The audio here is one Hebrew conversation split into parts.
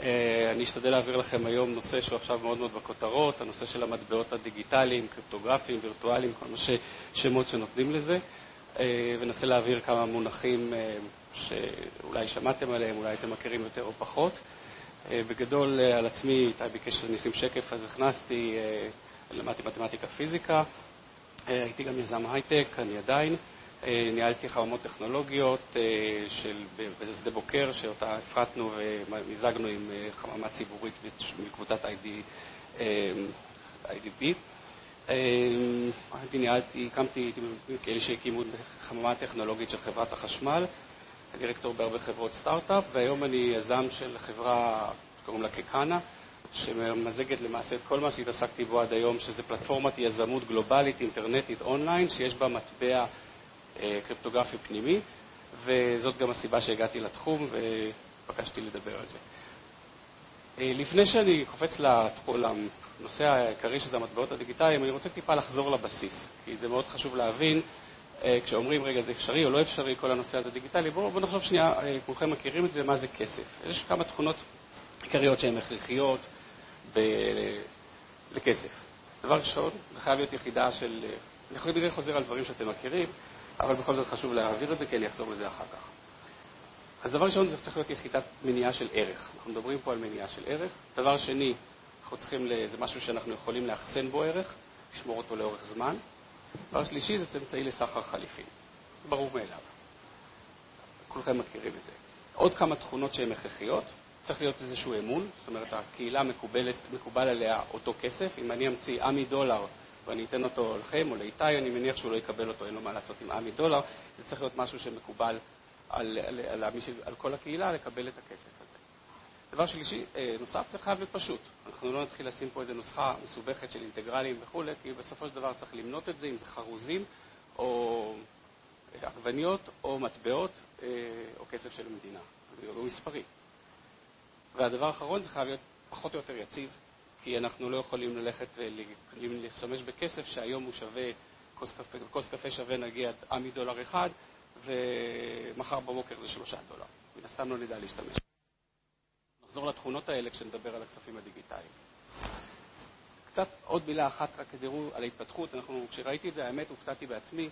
אני אשתדל להעביר לכם היום נושא שהוא עכשיו מאוד מאוד בכותרות, הנושא של המטבעות הדיגיטליים, קריפטוגרפיים, וירטואליים, כל מה שמות שנותנים לזה, וננסה להעביר כמה מונחים שאולי שמעתם עליהם, אולי אתם מכירים יותר או פחות. בגדול על עצמי, איתי ביקש שאני אשים שקף, אז הכנסתי, למדתי מתמטיקה פיזיקה, הייתי גם יזם הייטק, אני עדיין, ניהלתי חממות טכנולוגיות בשדה בוקר, שאותה הפרטנו ומזגנו עם חממה ציבורית מקבוצת IDB. הקמתי כאלה שהקימו חממה טכנולוגית של חברת החשמל, דירקטור בהרבה חברות סטארט-אפ, והיום אני יזם של חברה שקוראים לה קקנה, שממזגת למעשה את כל מה שהתעסקתי בו עד היום, שזה פלטפורמת יזמות גלובלית, אינטרנטית, אונליין, שיש בה מטבע קריפטוגרפי פנימי, וזאת גם הסיבה שהגעתי לתחום ובקשתי לדבר על זה. לפני שאני קופץ לנושא העיקרי שזה המטבעות הדיגיטליים, אני רוצה טיפה לחזור לבסיס, כי זה מאוד חשוב להבין, כשאומרים רגע זה אפשרי או לא אפשרי כל הנושא הזה דיגיטלי, בואו נחשוב שנייה, כולכם מכירים את זה, מה זה כסף. יש כמה תכונות עיקריות שהן הכרחיות לכסף. דבר ראשון, זה חייב להיות יחידה של, אני יכול חוזר על דברים שאתם מכירים, אבל בכל זאת חשוב להעביר את זה, כי אני אחזור לזה אחר כך. אז דבר ראשון, זה צריך להיות יחידת מניעה של ערך. אנחנו מדברים פה על מניעה של ערך. דבר שני, אנחנו צריכים, זה משהו שאנחנו יכולים לאחסן בו ערך, לשמור אותו לאורך זמן. דבר שלישי, זה אמצעי לסחר חליפין. ברור מאליו. כולכם מכירים את זה. עוד כמה תכונות שהן הכרחיות. צריך להיות איזשהו אמון. זאת אומרת, הקהילה מקובל עליה אותו כסף. אם אני אמציא $100 ואני אתן אותו לכם או לאיתי, אני מניח שהוא לא יקבל אותו, אין לו מה לעשות עם $100. זה צריך להיות משהו שמקובל על כל הקהילה לקבל את הכסף הזה. דבר שלישי, נוסף, זה חייב להיות פשוט. אנחנו לא נתחיל לשים פה איזו נוסחה מסובכת של אינטגרלים וכו', כי בסופו של דבר צריך למנות את זה, אם זה חרוזים או עגבניות או מטבעות או כסף של המדינה, או מספרי. והדבר האחרון, זה חייב להיות פחות או יותר יציב, כי אנחנו לא יכולים ללכת ולהשתמש בכסף שהיום הוא שווה, כוס קפה שווה נגיע $100 אחד, ומחר בבוקר זה $3. מן הסתם לא נדע להשתמש. נחזור לתכונות האלה כשנדבר על הכספים הדיגיטליים. קצת עוד מילה אחת רק כדירו על ההתפתחות. כשראיתי את זה, האמת, הופתעתי בעצמי.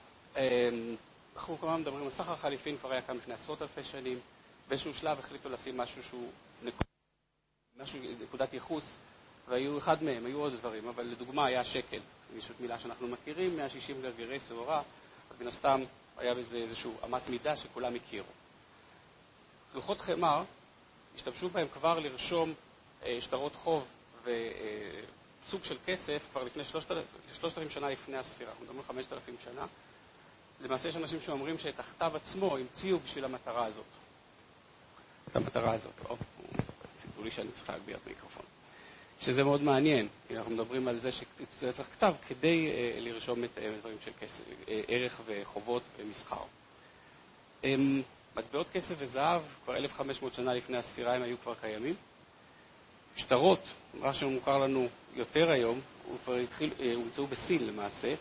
אנחנו כמובן מדברים על סחר חליפין, כבר היה כאן לפני עשרות אלפי שנים. באיזשהו שלב החליטו לשים משהו שהוא נקודת ייחוס, והיו אחד מהם, היו עוד דברים, אבל לדוגמה היה שקל. זו מילה שאנחנו מכירים, 160 גרגירי שעורה, אז מן הסתם היה בזה איזשהו אמת מידה שכולם הכירו. לוחות חמר, השתמשו בהם כבר לרשום שטרות חוב וסוג של כסף כבר לפני 3,000 שנה לפני הספירה, אנחנו מדברים 5,000 שנה. למעשה יש אנשים שאומרים שאת הכתב עצמו המציאו בשביל המטרה הזאת. את המטרה הזאת. סיפרו לי שאני צריך להגביר את המיקרופון. שזה מאוד מעניין, כי אנחנו מדברים על זה שצריך כתב כדי לרשום את דברים של כסף, ערך וחובות ומסחר. מטבעות כסף וזהב, כבר 1,500 שנה לפני הספירה הם היו כבר קיימים. שטרות, מה שמוכר לנו יותר היום, הומצאו בסין למעשה,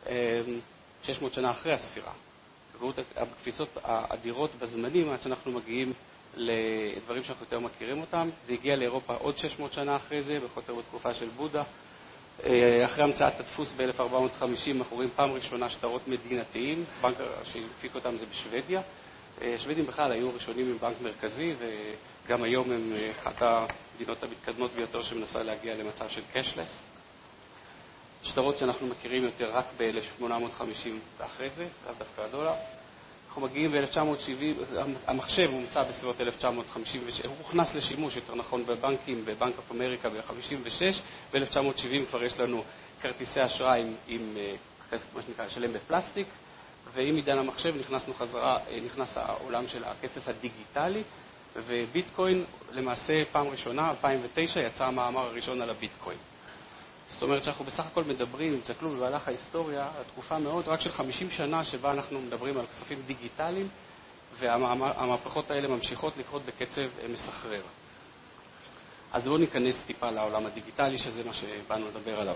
600 שנה אחרי הספירה. ראו הקפיצות האדירות בזמנים עד שאנחנו מגיעים לדברים שאנחנו יותר מכירים אותם. זה הגיע לאירופה עוד 600 שנה אחרי זה, בחותר בתקופה של בודה. אחרי המצאת הדפוס ב-1450 אנחנו רואים פעם ראשונה שטרות מדינתיים, בנק שהפיק אותם זה בשוודיה. השוודים בכלל היו ראשונים עם בנק מרכזי, וגם היום הם אחת המדינות המתקדמות ביותר שמנסה להגיע למצב של קשלס. שטרות שאנחנו מכירים יותר רק ב-1850 ואחרי זה, אז דווקא הדולר. אנחנו מגיעים ב-1970, המחשב הומצא בסביבות 1956, הוא הוכנס לשימוש יותר נכון בבנקים, בבנק אוף אמריקה ב-56, ב-1970 כבר יש לנו כרטיסי אשראי עם מה שנקרא, לשלם בפלסטיק, ועם עידן המחשב נכנס העולם של הכסף הדיגיטלי, וביטקוין למעשה פעם ראשונה, 2009, יצא המאמר הראשון על הביטקוין. זאת אומרת שאנחנו בסך הכל מדברים, אם תסתכלו במהלך ההיסטוריה, התקופה מאוד רק של 50 שנה שבה אנחנו מדברים על כספים דיגיטליים, והמהפכות האלה ממשיכות לקרות בקצב מסחרר. אז בואו ניכנס טיפה לעולם הדיגיטלי, שזה מה שבאנו לדבר עליו.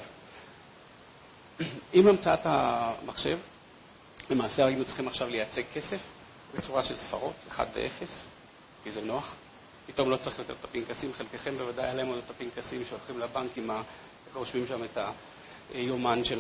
עם המצאת המחשב, למעשה היינו צריכים עכשיו לייצג כסף בצורה של ספרות, 1 ו-0, כי זה נוח. פתאום לא צריך יותר את הפנקסים, חלקכם בוודאי היה להם עוד את הפנקסים שהולכים לבנק עם רושמים שם את היומן של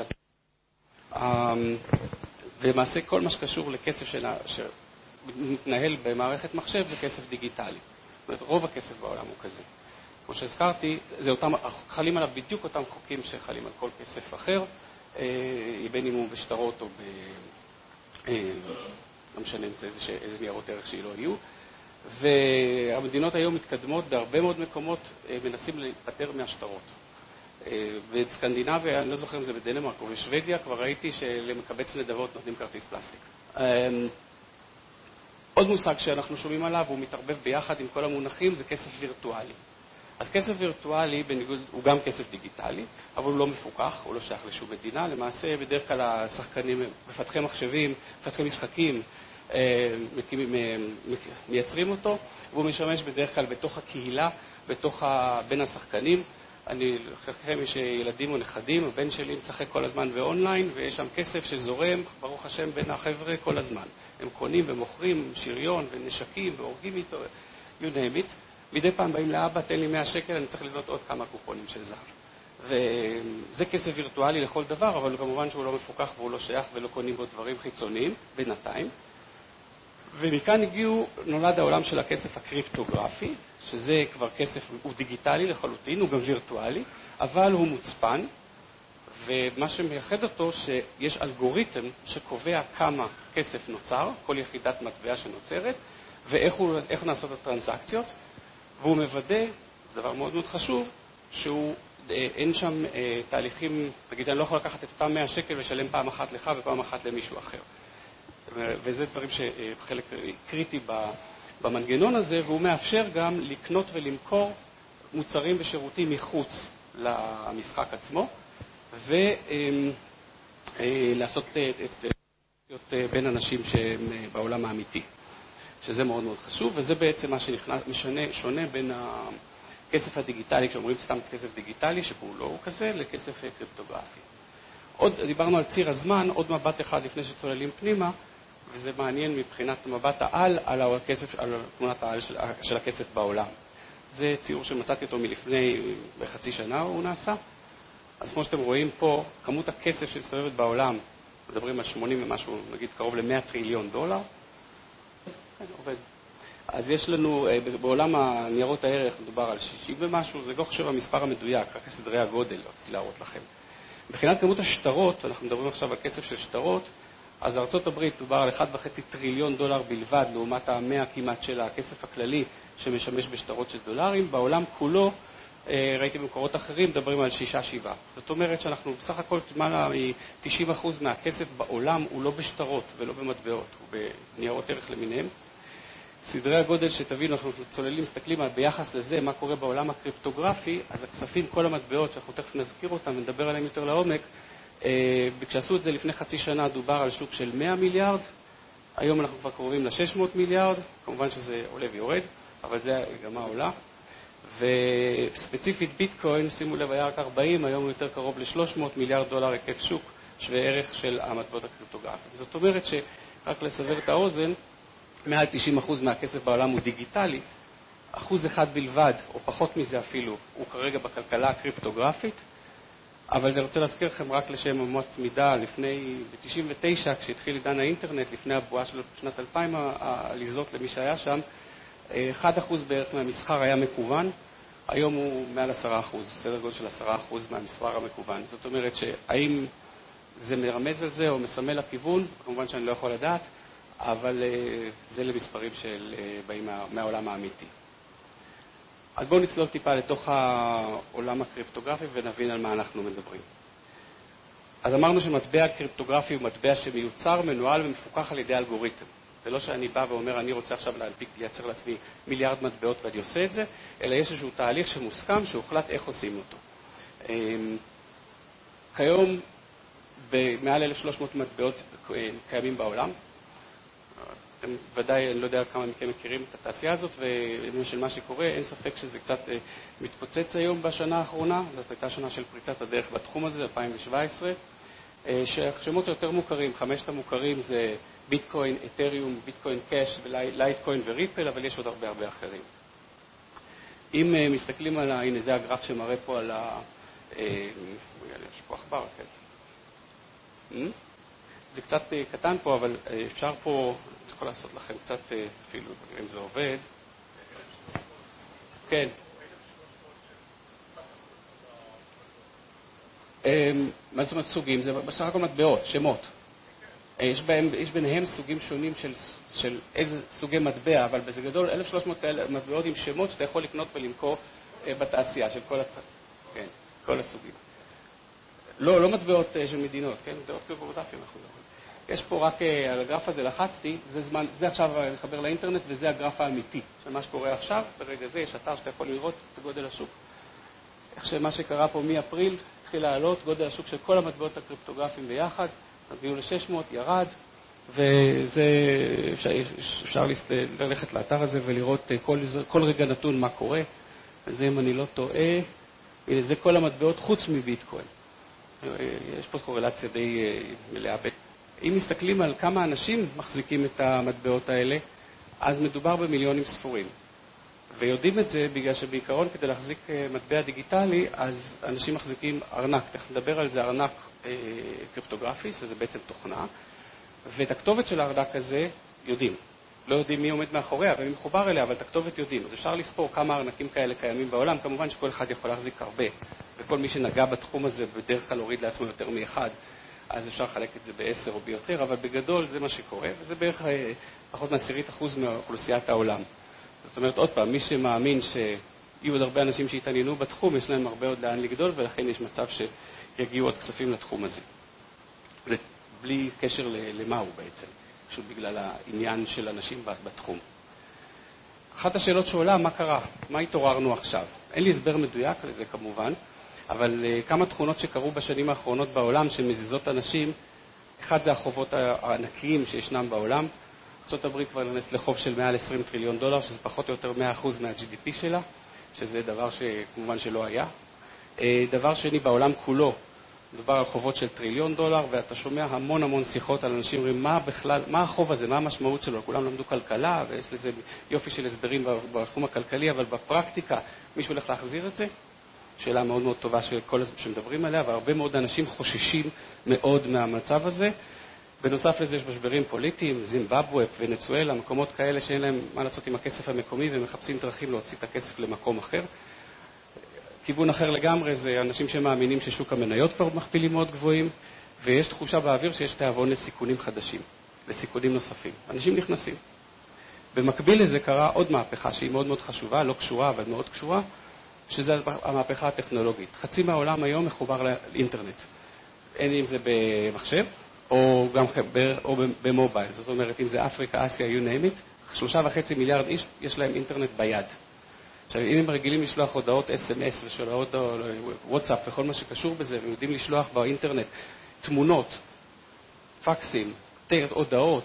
ולמעשה כל מה שקשור לכסף שמתנהל במערכת מחשב זה כסף דיגיטלי. זאת אומרת, רוב הכסף בעולם הוא כזה. כמו שהזכרתי, חלים עליו בדיוק אותם חוקים שחלים על כל כסף אחר, בין אם הוא בשטרות או לא משנה איזה ניירות ערך שלא יהיו. והמדינות היום מתקדמות בהרבה מאוד מקומות, מנסים להיפטר מהשטרות. בסקנדינביה, אני לא זוכר אם זה בדנמרק או בשוודיה, כבר ראיתי שלמקבץ נדבות נותנים כרטיס פלסטיק. עוד מושג שאנחנו שומעים עליו, הוא מתערבב ביחד עם כל המונחים, זה כסף וירטואלי. אז כסף וירטואלי הוא גם כסף דיגיטלי, אבל הוא לא מפוקח, הוא לא שייך לשום מדינה. למעשה, בדרך כלל השחקנים, מפתחי מחשבים, מפתחי משחקים, מייצרים אותו, והוא משמש בדרך כלל בתוך הקהילה, בין השחקנים. חלקכם יש ילדים או נכדים, הבן שלי משחק כל הזמן באונליין, ויש שם כסף שזורם, ברוך השם, בין החבר'ה כל הזמן. הם קונים ומוכרים שריון ונשקים והורגים איתו, you name it. מדי פעם באים לאבא, תן לי 100 שקל, אני צריך לבנות עוד כמה קופונים של זהב. וזה כסף וירטואלי לכל דבר, אבל כמובן שהוא לא מפוקח והוא לא שייך ולא קונים בו דברים חיצוניים בינתיים. ומכאן נולד העולם של הכסף הקריפטוגרפי, שזה כבר כסף, הוא דיגיטלי לחלוטין, הוא גם וירטואלי, אבל הוא מוצפן, ומה שמייחד אותו שיש אלגוריתם שקובע כמה כסף נוצר, כל יחידת מטבע שנוצרת, ואיך נעשות הטרנזקציות, והוא מוודא, דבר מאוד מאוד חשוב, אין שם תהליכים, נגיד, אני לא יכול לקחת את אותם 100 שקל ושלם פעם אחת לך ופעם אחת למישהו אחר. וזה דברים שחלק קריטי במנגנון הזה, והוא מאפשר גם לקנות ולמכור מוצרים ושירותים מחוץ למשחק עצמו, ולעשות את בין אנשים שהם בעולם האמיתי, שזה מאוד מאוד חשוב, וזה בעצם מה ששונה בין הכסף הדיגיטלי, כשאומרים סתם כסף דיגיטלי, שכולו הוא כזה, לכסף קריפטוגרפי. עוד דיברנו על ציר הזמן, עוד מבט אחד לפני שצוללים פנימה, וזה מעניין מבחינת מבט העל על תמונת העל של הכסף בעולם. זה ציור שמצאתי אותו מלפני בחצי שנה הוא נעשה. אז כמו שאתם רואים פה, כמות הכסף שמסתובבת בעולם, מדברים על 80 ומשהו, נגיד קרוב ל$100 טריליון. כן, עובד. אז יש לנו, בעולם הניירות הערך מדובר על 60 ומשהו, זה לא חושב המספר המדויק, רק סדרי הגודל, רציתי להראות לכם. מבחינת כמות השטרות, אנחנו מדברים עכשיו על כסף של שטרות, אז ארצות הברית דובר על $1.5 טריליון בלבד, לעומת ה-100 כמעט של הכסף הכללי שמשמש בשטרות של דולרים. בעולם כולו, ראיתי במקורות אחרים, מדברים על 6-7. זאת אומרת שאנחנו בסך הכל למעלה מ-90% מהכסף בעולם הוא לא בשטרות ולא במטבעות, הוא בניירות ערך למיניהם. סדרי הגודל שתבינו, אנחנו צוללים, מסתכלים ביחס לזה, מה קורה בעולם הקריפטוגרפי, אז הכספים, כל המטבעות, שאנחנו תכף נזכיר אותם ונדבר עליהם יותר לעומק, כשעשו את זה לפני חצי שנה דובר על שוק של 100 מיליארד, היום אנחנו כבר קרובים ל-600 מיליארד, כמובן שזה עולה ויורד, אבל זה גם מה עולה. וספציפית ביטקוין, שימו לב, היה רק 40, היום הוא יותר קרוב ל-300 מיליארד דולר היקף שוק, שווה ערך של המטבעות הקריפטוגרפיים. זאת אומרת שרק לסבר את האוזן, מעל 90% מהכסף בעולם הוא דיגיטלי, 1% בלבד, או פחות מזה אפילו, הוא כרגע בכלכלה הקריפטוגרפית, אבל אני רוצה להזכיר לכם רק לשם אמות מידה, ב-99, כשהתחיל עידן האינטרנט, לפני הבועה של שנת 2000, העליזות למי שהיה שם, 1% בערך מהמסחר היה מקוון, היום הוא מעל 10%, סדר גודל של 10% מהמסחר המקוון. זאת אומרת שהאם זה מרמז על זה או מסמל לכיוון, כמובן שאני לא יכול לדעת, אבל זה למספרים שבאים מהעולם האמיתי. אז בואו נצלול טיפה לתוך העולם הקריפטוגרפי ונבין על מה אנחנו מדברים. אז אמרנו שמטבע קריפטוגרפי הוא מטבע שמיוצר, מנוהל ומפוקח על ידי אלגוריתם. זה לא שאני בא ואומר, אני רוצה עכשיו לייצר לעצמי מיליארד מטבעות ואני עושה את זה, אלא יש איזשהו תהליך שמוסכם, שהוחלט איך עושים אותו. כיום, במעל 1,300 מטבעות קיימים בעולם. ודאי, אני לא יודע כמה מכם מכירים את התעשייה הזאת, ושל מה שקורה, אין ספק שזה קצת מתפוצץ היום בשנה האחרונה, זאת הייתה שנה של פריצת הדרך בתחום הזה, 2017, שהשמות היותר מוכרים, 5 המוכרים זה ביטקוין, אתריום, ביטקוין קאש, לייטקוין וריפל, אבל יש עוד הרבה אחרים. אם מסתכלים על הנה זה הגרף שמראה פה על יש פה עכבר, כן. זה קצת קטן פה, אבל אפשר פה, אני יכול לעשות לכם קצת אפילו, אם זה עובד. כן. מה זאת אומרת סוגים? זה בסך הכל מטבעות, שמות. יש ביניהם סוגים שונים של איזה סוגי מטבע, אבל בזה גדול 1,300 מטבעות עם שמות שאתה יכול לקנות ולמכור בתעשייה של כל הסוגים. לא מטבעות של מדינות, כן? מטבעות קריפטוגרפיים אנחנו מדברים. יש פה רק על הגרף הזה לחצתי, זה עכשיו לחבר לאינטרנט וזה הגרף האמיתי של מה שקורה עכשיו. ברגע זה יש אתר שאתה יכול לראות את גודל השוק. איך שמה שקרה פה מאפריל התחיל לעלות, גודל השוק של כל המטבעות הקריפטוגרפיים ביחד, הגיעו ל-600, ירד, וזה אפשר ללכת לאתר הזה ולראות כל רגע נתון מה קורה. וזה אם אני לא טועה, זה כל המטבעות חוץ מביטקוין. יש פה קורלציה די מלאה. אם מסתכלים על כמה אנשים מחזיקים את המטבעות האלה, אז מדובר במיליונים ספורים. ויודעים את זה בגלל שבעיקרון כדי להחזיק מטבע דיגיטלי, אז אנשים מחזיקים ארנק. תכף נדבר על זה, ארנק קריפטוגרפי, שזה בעצם תוכנה. ואת הכתובת של הארנק הזה יודעים. לא יודעים מי עומד מאחוריה ומי מחובר אליה, אבל את הכתובת יודעים. אז אפשר לספור כמה ארנקים כאלה קיימים בעולם. כמובן שכל אחד יכול להחזיק הרבה. וכל מי שנגע בתחום הזה בדרך כלל הוריד לעצמו יותר מאחד. אז אפשר לחלק את זה ב10 או ביותר, אבל בגדול זה מה שקורה, וזה בערך פחות מ10% מאוכלוסיית העולם. זאת אומרת, עוד פעם, מי שמאמין שיהיו עוד הרבה אנשים שהתעניינו בתחום, יש להם הרבה עוד לאן לגדול, ולכן יש מצב שיגיעו עוד כספים לתחום הזה. בלי קשר למה הוא בעצם, פשוט בגלל העניין של אנשים בתחום. אחת השאלות שעולה, מה קרה? מה התעוררנו עכשיו? אין לי הסבר מדויק לזה כמובן, אבל כמה תכונות שקרו בשנים האחרונות בעולם שמזיזות אנשים, אחד זה החובות הענקיים שישנם בעולם. ארצות הברית כבר נכנסת לחוב של מעל $20 טריליון, שזה פחות או יותר 100% מה-GDP שלה, שזה דבר שכמובן שלא היה. דבר שני, בעולם כולו, מדובר על חובות של $1 טריליון, ואתה שומע המון שיחות על אנשים, אומרים, מה החוב הזה, מה המשמעות שלו? כולם למדו כלכלה, ויש לזה יופי של הסברים בתחום הכלכלי, אבל בפרקטיקה, מישהו הולך להחזיר את זה? שאלה מאוד מאוד טובה שמדברים עליה, והרבה מאוד אנשים חוששים מאוד מהמצב הזה. בנוסף לזה יש משברים פוליטיים, זימבבואה, ונצואלה, מקומות כאלה שאין להם מה לעשות עם הכסף המקומי, ומחפשים דרכים להוציא את הכסף למקום אחר. כיוון אחר לגמרי זה אנשים שמאמינים ששוק המניות כבר מכפילים מאוד גבוהים, ויש תחושה באוויר שיש תיאבון לסיכונים חדשים, לסיכונים נוספים. אנשים נכנסים. במקביל לזה קרה עוד מהפכה שהיא מאוד מאוד חשובה, לא קשורה אבל מאוד קשורה, שזה המהפכה הטכנולוגית. חצי מהעולם היום מחובר לאינטרנט. אין אם זה במחשב, או גם במובייל. זאת אומרת, אם זה אפריקה, אסיה, you name it, 3.5 מיליארד איש יש להם אינטרנט ביד. עכשיו, אם הם רגילים לשלוח הודעות SMS ושל וואטסאפ וכל מה שקשור בזה, הם יודעים לשלוח באינטרנט תמונות, פקסים, הודעות,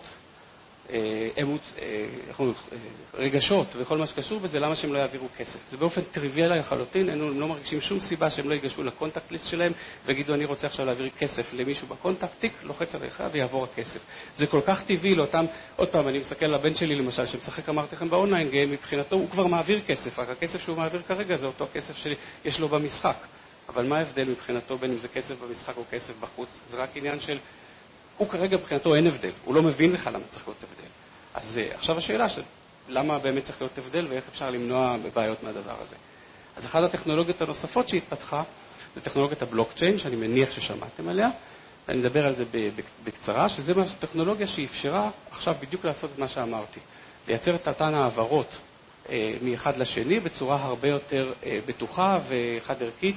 רגשות וכל מה שקשור בזה, למה שהם לא יעבירו כסף? זה באופן טריוויאלי לחלוטין, הם לא מרגישים שום סיבה שהם לא ייגשו לקונטקט ליסט שלהם ויגידו, אני רוצה עכשיו להעביר כסף למישהו בקונטקט, טיק, לוחץ עליך ויעבור הכסף. זה כל כך טבעי לאותם, עוד פעם, אני מסתכל על הבן שלי למשל, שמשחק, אמרתי לכם, באונליין גיים, מבחינתו הוא כבר מעביר כסף, רק הכסף שהוא מעביר כרגע זה אותו כסף שיש לו במשחק. אבל מה ההבדל מבחינתו בין אם זה כסף במשחק או כסף בחוץ? זה רק עניין של הוא כרגע מבחינתו אין הבדל, הוא לא מבין לך למה צריך להיות הבדל. אז עכשיו השאלה של למה באמת צריך להיות הבדל ואיך אפשר למנוע בעיות מהדבר הזה. אז אחת הטכנולוגיות הנוספות שהתפתחה זה טכנולוגיית הבלוקצ'יין, שאני מניח ששמעתם עליה. אני מדבר על זה בקצרה, שזה טכנולוגיה שאפשרה עכשיו בדיוק לעשות את מה שאמרתי. לייצר את אותן העברות מאחד לשני בצורה הרבה יותר בטוחה וחד ערכית,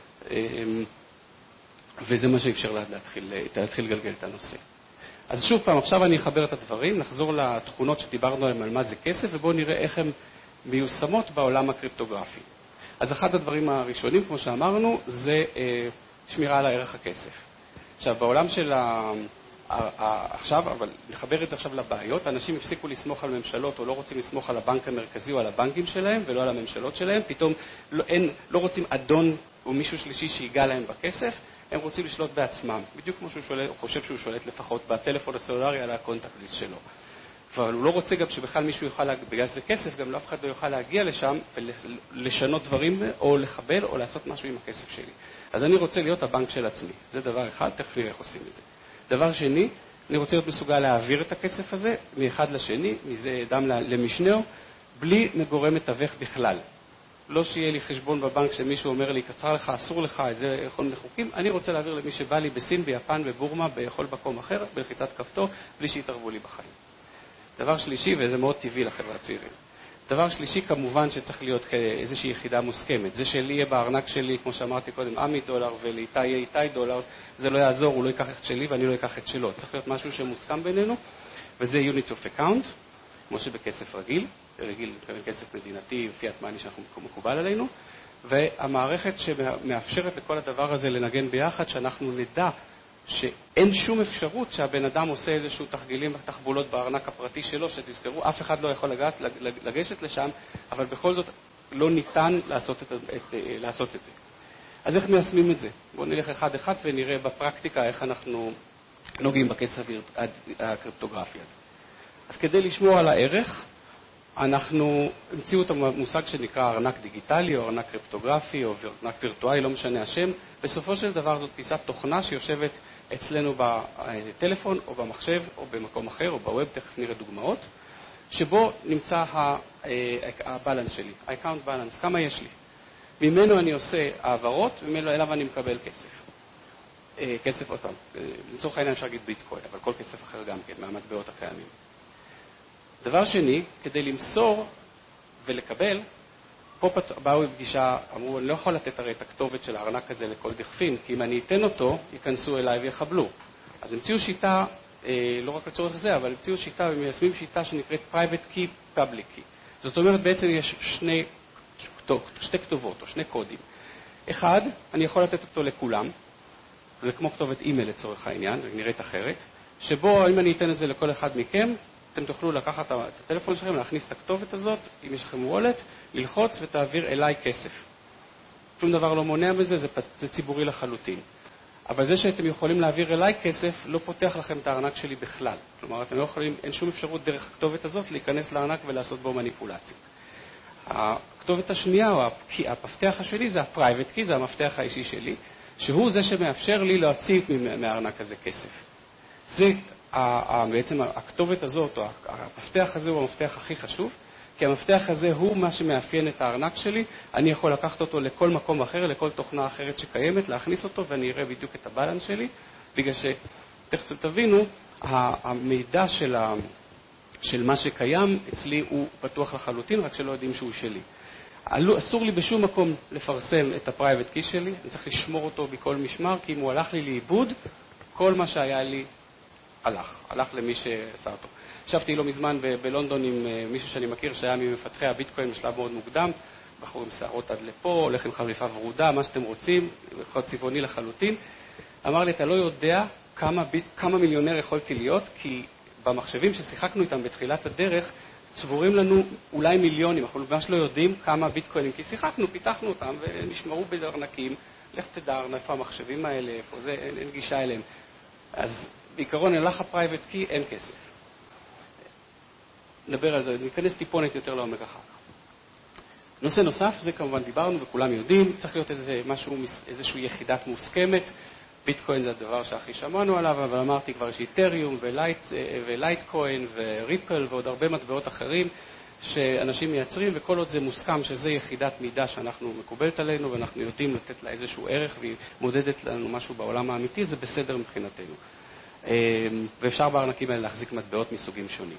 וזה מה שאפשר להתחיל לגלגל את הנושא. אז שוב פעם, עכשיו אני אחבר את הדברים, נחזור לתכונות שדיברנו עליהן על מה זה כסף, ובואו נראה איך הן מיושמות בעולם הקריפטוגרפי. אז אחד הדברים הראשונים, כמו שאמרנו, זה שמירה על הערך הכסף. עכשיו, בעולם של עכשיו, אבל נחבר את זה עכשיו לבעיות, אנשים הפסיקו לסמוך על ממשלות או לא רוצים לסמוך על הבנק המרכזי או על הבנקים שלהם ולא על הממשלות שלהם, פתאום לא רוצים אדון או מישהו שלישי שיגע להם בכסף, הם רוצים לשלוט בעצמם, בדיוק כמו שהוא חושב שהוא שולט לפחות בטלפון הסלולרי על הקונטקט ליסט שלו. אבל הוא לא רוצה גם שבכלל מישהו יוכל, בגלל שזה כסף, גם לא אף אחד לא יוכל להגיע לשם ולשנות דברים או לחבל או לעשות משהו עם הכסף שלי. אז אני רוצה להיות הבנק של עצמי. זה דבר אחד, תכף נראה איך עושים את זה. דבר שני, אני רוצה להיות מסוגל להעביר את הכסף הזה מאחד לשני, מזה אדם למשנהו, בלי מגורם מתווך בכלל. לא שיהיה לי חשבון בבנק שמישהו אומר לי, כתר לך, אסור לך, זה יכול מיני חוקים. אני רוצה להעביר למי שבא לי בסין, ביפן, בבורמה, בכל מקום אחר, בלחיצת כפתור, בלי שיתערבו לי בחיים. דבר שלישי, וזה מאוד טבעי לחבר'ה הצעירים. דבר שלישי, כמובן שצריך להיות איזושהי יחידה מוסכמת. זה שלי יהיה בארנק שלי, כמו שאמרתי קודם, $100 ולאיתי יהיה $100, זה לא יעזור, הוא לא ייקח את שלי ואני לא אקח את שלו. צריך להיות משהו שמוסכם בינינו, וזה unit of account, כמו שבכסף רגיל, כסף מדינתי, פיאט מאני שאנחנו מקובל עלינו, והמערכת שמאפשרת לכל הדבר הזה לנגן ביחד, שאנחנו נדע שאין שום אפשרות שהבן אדם עושה איזשהו תחגילים ותחבולות בארנק הפרטי שלו, שתזכרו, אף אחד לא יכול לגשת לשם, אבל בכל זאת לא ניתן לעשות את זה. אז איך מיישמים את זה? בואו נלך אחד אחד ונראה בפרקטיקה איך אנחנו נוגעים בכסף הקריפטוגרפי הזה. אז כדי לשמור על הערך, אנחנו המציאו את המושג שנקרא ארנק דיגיטלי או ארנק קריפטוגרפי או ארנק וירטואלי, לא משנה השם. בסופו של דבר זאת פיסת תוכנה שיושבת אצלנו בטלפון או במחשב או במקום אחר או בווב, תכף נראה דוגמאות, שבו נמצא הבלנס שלי, ה-account balance, כמה יש לי. ממנו אני עושה העברות, ממנו אליו אני מקבל כסף. כסף עוד פעם, לצורך העניין אפשר להגיד ביטקוין, אבל כל כסף אחר גם כן, מהמטבעות הקיימים. דבר שני, כדי למסור ולקבל, פה באו בפגישה, אמרו, אני לא יכול לתת הרי את הכתובת של הארנק הזה לכל דכפין, כי אם אני אתן אותו, ייכנסו אליי ויחבלו. אז המציאו שיטה, לא רק לצורך זה, אבל המציאו שיטה ומיישמים שיטה שנקראת private key, public key. זאת אומרת, בעצם יש שתי כתובות או שני קודים. אחד, אני יכול לתת אותו לכולם, זה כמו כתובת אימייל לצורך העניין, נראית אחרת, שבו אם אני אתן את זה לכל אחד מכם, אתם תוכלו לקחת את הטלפון שלכם, להכניס את הכתובת הזאת, אם יש לכם וולט, ללחוץ ותעביר אליי כסף. שום דבר לא מונע מזה, זה ציבורי לחלוטין. אבל זה שאתם יכולים להעביר אליי כסף, לא פותח לכם את הארנק שלי בכלל. כלומר, אתם לא יכולים, אין שום אפשרות דרך הכתובת הזאת להיכנס לארנק ולעשות בו מניפולציות. הכתובת השנייה, או המפתח השני, זה ה-private key, זה המפתח האישי שלי, שהוא זה שמאפשר לי להוציא מהארנק הזה כסף. זה בעצם הכתובת הזאת, או המפתח הזה הוא המפתח הכי חשוב, כי המפתח הזה הוא מה שמאפיין את הארנק שלי. אני יכול לקחת אותו לכל מקום אחר, לכל תוכנה אחרת שקיימת, להכניס אותו ואני אראה בדיוק את הבלנס שלי, בגלל שתכף תבינו, המידע של מה שקיים אצלי הוא פתוח לחלוטין, רק שלא יודעים שהוא שלי. אסור לי בשום מקום לפרסם את הפרייבט קי שלי, אני צריך לשמור אותו בכל משמר, כי אם הוא הלך לי לאיבוד, כל מה שהיה לי הלך למי שעשה אותו. ישבתי לא מזמן בלונדון עם מישהו שאני מכיר שהיה ממפתחי הביטקוין בשלב מאוד מוקדם, בחור עם שערות עד לפה, הולך עם חליפה ורודה, מה שאתם רוצים, יכול צבעוני לחלוטין. אמר לי, אתה לא יודע כמה מיליונר יכולתי להיות, כי במחשבים ששיחקנו איתם בתחילת הדרך, צבורים לנו אולי מיליונים, אנחנו ממש לא יודעים כמה ביטקוינים, כי שיחקנו, פיתחנו אותם ונשמרו בארנקים, לך תדע איפה המחשבים האלה, איפה זה, אין גישה אליהם. אז בעיקרון, הלך הפרייבט קי, אין כסף. נדבר על זה, ניכנס טיפונת יותר לעומק אחר כך. נושא נוסף, זה כמובן דיברנו וכולם יודעים, צריך להיות איזושהי יחידת מוסכמת. ביטקוין זה הדבר שהכי שמענו עליו, אבל אמרתי כבר יש איתריום ולייטקוין וריפל ועוד הרבה מטבעות אחרים שאנשים מייצרים, וכל עוד זה מוסכם שזה יחידת מידע שאנחנו מקובלת עלינו ואנחנו יודעים לתת לה איזשהו ערך והיא מודדת לנו משהו בעולם האמיתי, זה בסדר מבחינתנו. ואפשר בארנקים האלה להחזיק מטבעות מסוגים שונים.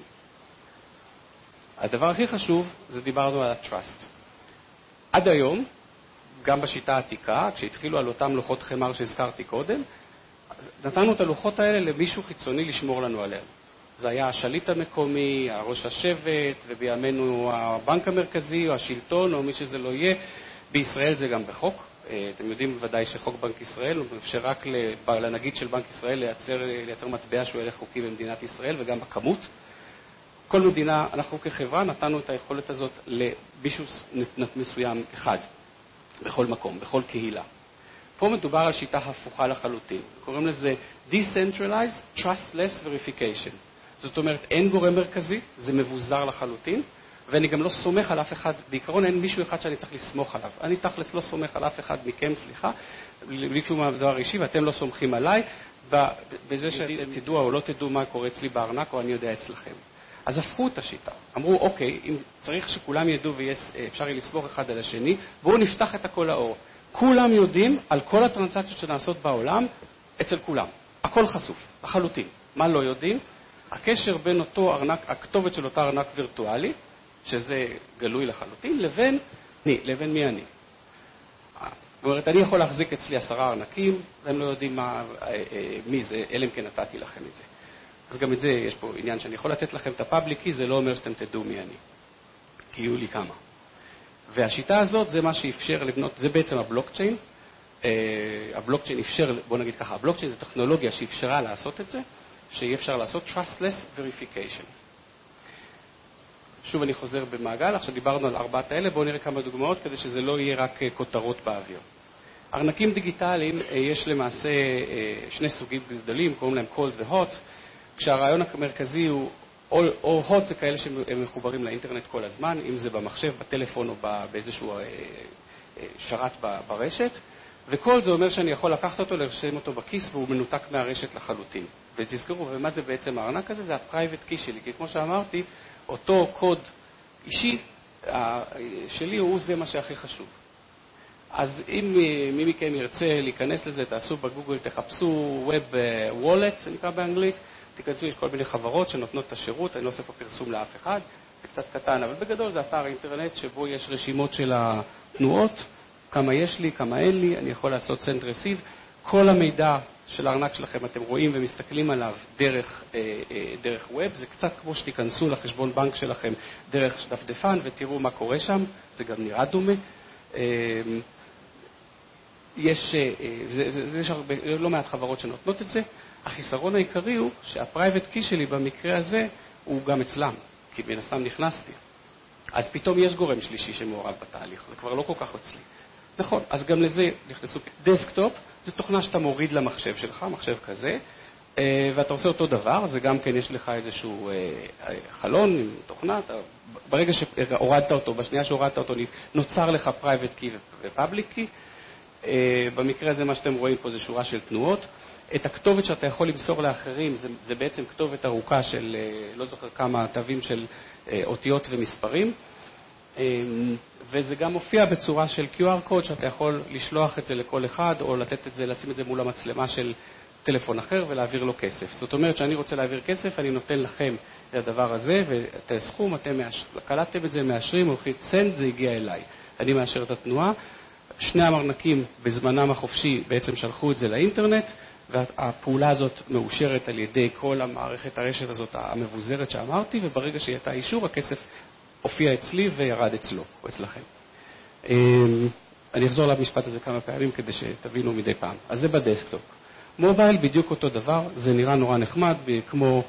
הדבר הכי חשוב זה דיברנו על ה-trust. עד היום, גם בשיטה העתיקה, כשהתחילו על אותם לוחות חמר שהזכרתי קודם, נתנו את הלוחות האלה למישהו חיצוני לשמור לנו עליהם. זה היה השליט המקומי, ראש השבט, ובימינו הבנק המרכזי או השלטון או מי שזה לא יהיה. בישראל זה גם בחוק. אתם יודעים בוודאי שחוק בנק ישראל הוא מאפשר רק לנגיד של בנק ישראל לייצר מטבע שהוא הלך חוקי במדינת ישראל וגם בכמות. כל מדינה, אנחנו כחברה נתנו את היכולת הזאת למישהו מסוים אחד, בכל מקום, בכל קהילה. פה מדובר על שיטה הפוכה לחלוטין. קוראים לזה Decentralized Trustless Verification. זאת אומרת, אין גורם מרכזי, זה מבוזר לחלוטין, ואני גם לא סומך על אף אחד, בעיקרון אין מישהו אחד שאני צריך לסמוך עליו. אני תכלס לא סומך על אף אחד מכם, סליחה, בלי שום דבר אישי, ואתם לא סומכים עליי, בזה שתדעו או לא תדעו מה קורה אצלי בארנק, או אני יודע אצלכם. אז הפכו את השיטה. אמרו, אוקיי, אם צריך שכולם ידעו ואפשר יהיה לסמוך אחד על השני, בואו נפתח את הכל לאור. כולם יודעים על כל הטרנסקציות שנעשות בעולם, אצל כולם. הכל חשוף, לחלוטין. מה לא יודעים? הקשר בין אותו ארנק, הכתובת של אותה ארנק וירטואלי, שזה גלוי לחלוטין, לבין מי אני. זאת אומרת, אני יכול להחזיק אצלי 10 ארנקים, והם לא יודעים מי זה, אלא אם כן נתתי לכם את זה. אז גם את זה, יש פה עניין שאני יכול לתת לכם את הפאבליק קי, זה לא אומר שאתם תדעו מי אני. כי יהיו לי כמה. והשיטה הזאת זה מה שאפשר לבנות, זה בעצם הבלוקצ'יין. הבלוקצ'יין אפשר, בוא נגיד ככה, הבלוקצ'יין זה טכנולוגיה שאפשרה לעשות את זה, שאי אפשר לעשות trustless verification. שוב אני חוזר במעגל, עכשיו דיברנו על 4 האלה, בואו נראה כמה דוגמאות כדי שזה לא יהיה רק כותרות באוויר. ארנקים דיגיטליים יש למעשה 2 סוגים גדולים, קוראים להם cold ו-hot, כשהרעיון המרכזי הוא, או hot זה כאלה שהם מחוברים לאינטרנט כל הזמן, אם זה במחשב, בטלפון או באיזשהו שרת ברשת, וכל זה אומר שאני יכול לקחת אותו, לרשם אותו בכיס והוא מנותק מהרשת לחלוטין. ותזכרו, ומה זה בעצם הארנק הזה? זה ה-private key שלי, כי כמו שאמרתי, אותו קוד אישי שלי הוא זה מה שהכי חשוב. אז אם מי מכם ירצה להיכנס לזה, תעשו בגוגל, תחפשו Web Wallet, זה נקרא באנגלית, תיכנסו, יש כל מיני חברות שנותנות את השירות, אני לא עושה פה פרסום לאף אחד, זה קצת קטן, אבל בגדול זה אתר אינטרנט שבו יש רשימות של התנועות, כמה יש לי, כמה אין לי, אני יכול לעשות send receive, כל המידע של הארנק שלכם אתם רואים ומסתכלים עליו דרך ווב, זה קצת כמו שתיכנסו לחשבון בנק שלכם דרך דפדפן ותראו מה קורה שם, זה גם נראה דומה. יש לא מעט חברות שנותנות את זה. החיסרון העיקרי הוא שהפרייבט קי שלי במקרה הזה הוא גם אצלם, כי בין הסתם נכנסתי. אז פתאום יש גורם שלישי שמעורב בתהליך, זה כבר לא כל כך אצלי. נכון, אז גם לזה נכנסו. דסקטופ זה תוכנה שאתה מוריד למחשב שלך, מחשב כזה, ואתה עושה אותו דבר, זה גם כן יש לך איזשהו חלון עם תוכנה, ברגע שהורדת אותו, בשנייה שהורדת אותו, נוצר לך private key ו-public key. במקרה הזה מה שאתם רואים פה זה שורה של תנועות. את הכתובת שאתה יכול למסור לאחרים, זה בעצם כתובת ארוכה של, לא זוכר כמה תווים של אותיות ומספרים. וזה גם מופיע בצורה של QR קוד שאתה יכול לשלוח את זה לכל אחד או לתת את זה, לשים את זה מול המצלמה של טלפון אחר ולהעביר לו כסף. זאת אומרת שאני רוצה להעביר כסף, אני נותן לכם את הדבר הזה ואת הסכום, אתם קלטתם את זה, מאשרים, הולכים send, זה הגיע אליי. אני מאשר את התנועה. 2 הארנקים בזמנם החופשי בעצם שלחו את זה לאינטרנט, והפעולה הזאת מאושרת על ידי כל המערכת הרשת הזאת המבוזרת שאמרתי, וברגע שהייתה אישור, הכסף הופיע אצלי וירד אצלו או אצלכם. אני אחזור למשפט הזה כמה פעמים כדי שתבינו מדי פעם. אז זה בדסקטופ. מובייל בדיוק אותו דבר, זה נראה נורא נחמד, כמו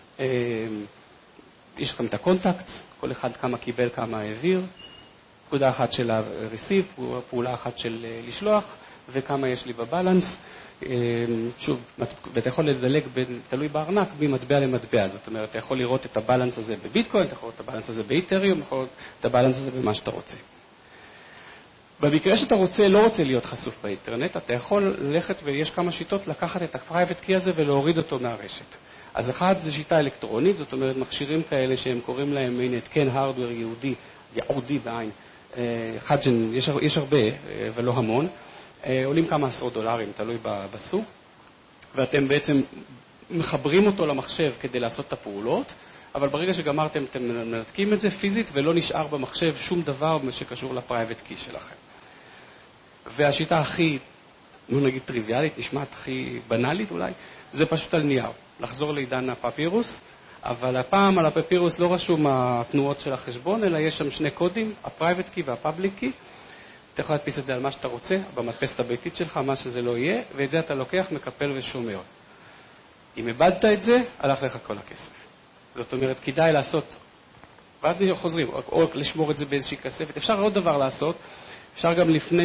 יש לכם את הקונטקט, כל אחד כמה קיבל, כמה העביר, נקודה אחת של ה-receive, פעולה אחת של לשלוח, וכמה יש לי בבלנס. שוב, ואתה יכול לדלג תלוי בארנק ממטבע למטבע, זאת אומרת, אתה יכול לראות את הבלנס הזה בביטקוין, אתה יכול לראות את הבלנס הזה באיתריום, אתה יכול לראות את הבלנס הזה במה שאתה רוצה. במקרה שאתה לא רוצה להיות חשוף באינטרנט, אתה יכול ללכת ויש כמה שיטות לקחת את ה-private key הזה ולהוריד אותו מהרשת. אז אחד זה שיטה אלקטרונית, זאת אומרת, מכשירים כאלה שהם קוראים להם, הנה, התקן הארדוור ייעודי בעין. יש הרבה, אבל לא המון. עולים כמה עשרות דולרים, תלוי בסוג, ואתם בעצם מחברים אותו למחשב כדי לעשות את הפעולות, אבל ברגע שגמרתם אתם מנתקים את זה פיזית ולא נשאר במחשב שום דבר שקשור לפרייבט קי שלכם. והשיטה הכי, נגיד טריוויאלית, נשמעת הכי בנאלית אולי, זה פשוט על נייר, לחזור לעידן הפפירוס, אבל הפעם על הפפירוס לא רשום התנועות של החשבון, אלא יש שם 2 קודים, הפרייבט קי והפאבליק קי, אתה יכול להדפיס את זה על מה שאתה רוצה, במדפסת הביתית שלך, מה שזה לא יהיה, ואת זה אתה לוקח, מקפל ושומר. אם איבדת את זה, הלך לך כל הכסף. זאת אומרת, כדאי לעשות, ואז חוזרים, או לשמור את זה באיזושהי כספת. אפשר עוד דבר לעשות, אפשר גם לפני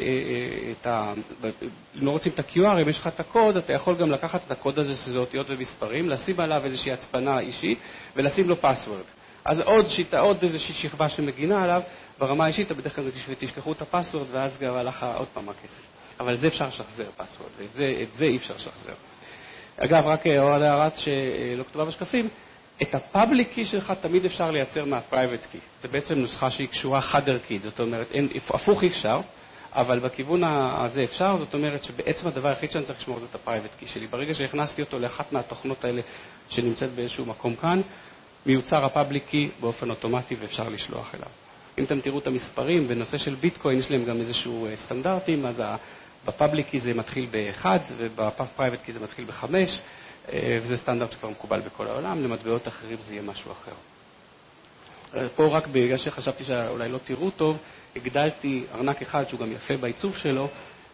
אם לא רוצים את ה-QR, אם יש לך את הקוד, אתה יכול גם לקחת את הקוד הזה, שזה אותיות ומספרים, לשים עליו איזושהי הצפנה אישית, ולשים לו פסוורד. אז עוד איזושהי שכבה שמגינה עליו, ברמה האישית, בדרך כלל תשכחו את הפסוורד, ואז גם הלך עוד פעם הכסף. אבל זה אפשר לשחזר פסוורד, את זה אי אפשר לשחזר. אגב, רק עוד הערת שלא כתובה בשקפים, את ה-public key שלך תמיד אפשר לייצר מה-private key. זה בעצם נוסחה שהיא קשורה חד-ערכית, זאת אומרת, הפוך אי אפשר, אבל בכיוון הזה אפשר, זאת אומרת שבעצם הדבר היחיד שאני צריך לשמור זה את ה-private key שלי. ברגע שהכנסתי אותו לאחת מהתוכנות האלה שנמצאת באיזשהו מקום כאן, מיוצר ה-public key באופן אוטומטי ואפשר לשלוח אליו. אם אתם תראו את המספרים, בנושא של ביטקוין יש להם גם איזשהו סטנדרטים, אז ב-public key זה מתחיל ב-1 וב-private key זה מתחיל ב-5, וזה סטנדרט שכבר מקובל בכל העולם, למטבעות אחרים זה יהיה משהו אחר. פה רק בגלל שחשבתי שאולי לא תראו טוב, הגדלתי ארנק אחד שהוא גם יפה בעיצוב שלו,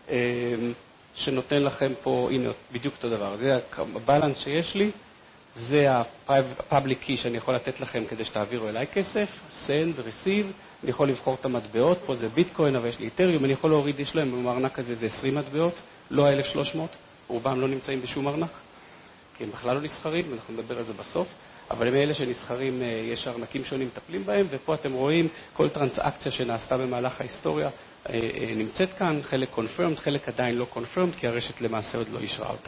שנותן לכם פה, הנה, בדיוק אותו דבר. זה הבלנס שיש לי, זה ה-public key שאני יכול לתת לכם כדי שתעבירו אליי כסף, send, receive, אני יכול לבחור את המטבעות, פה זה ביטקוין, אבל יש לי איתריום, אני יכול להוריד, יש להם בארנק הזה זה 20 מטבעות, לא 1,300, רובם לא נמצאים בשום ארנק. כי הם בכלל לא נסחרים, ואנחנו נדבר על זה בסוף, אבל הם אלה שנסחרים, יש ארנקים שונים מטפלים בהם, ופה אתם רואים כל טרנסאקציה שנעשתה במהלך ההיסטוריה נמצאת כאן, חלק confirmed, חלק עדיין לא confirmed, כי הרשת למעשה עוד לא אישרה אותם.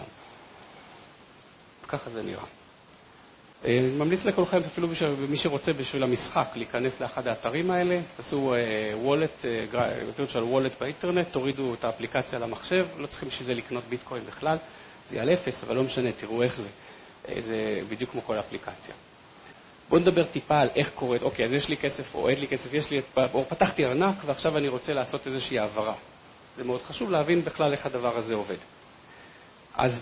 ככה זה נראה. אני ממליץ לכולכם, אפילו מי שרוצה בשביל המשחק, להיכנס לאחד האתרים האלה, תעשו virtual wallet באינטרנט, תורידו את האפליקציה למחשב, לא צריכים שזה לקנות ביטקוין בכלל, זה על אפס, אבל לא משנה, תראו איך זה. זה בדיוק כמו כל אפליקציה. בואו נדבר טיפה על איך קורית. אוקיי, אז יש לי כסף או אין לי כסף, או פתחתי ארנק ועכשיו אני רוצה לעשות איזושהי העברה. זה מאוד חשוב להבין בכלל איך הדבר הזה עובד. אז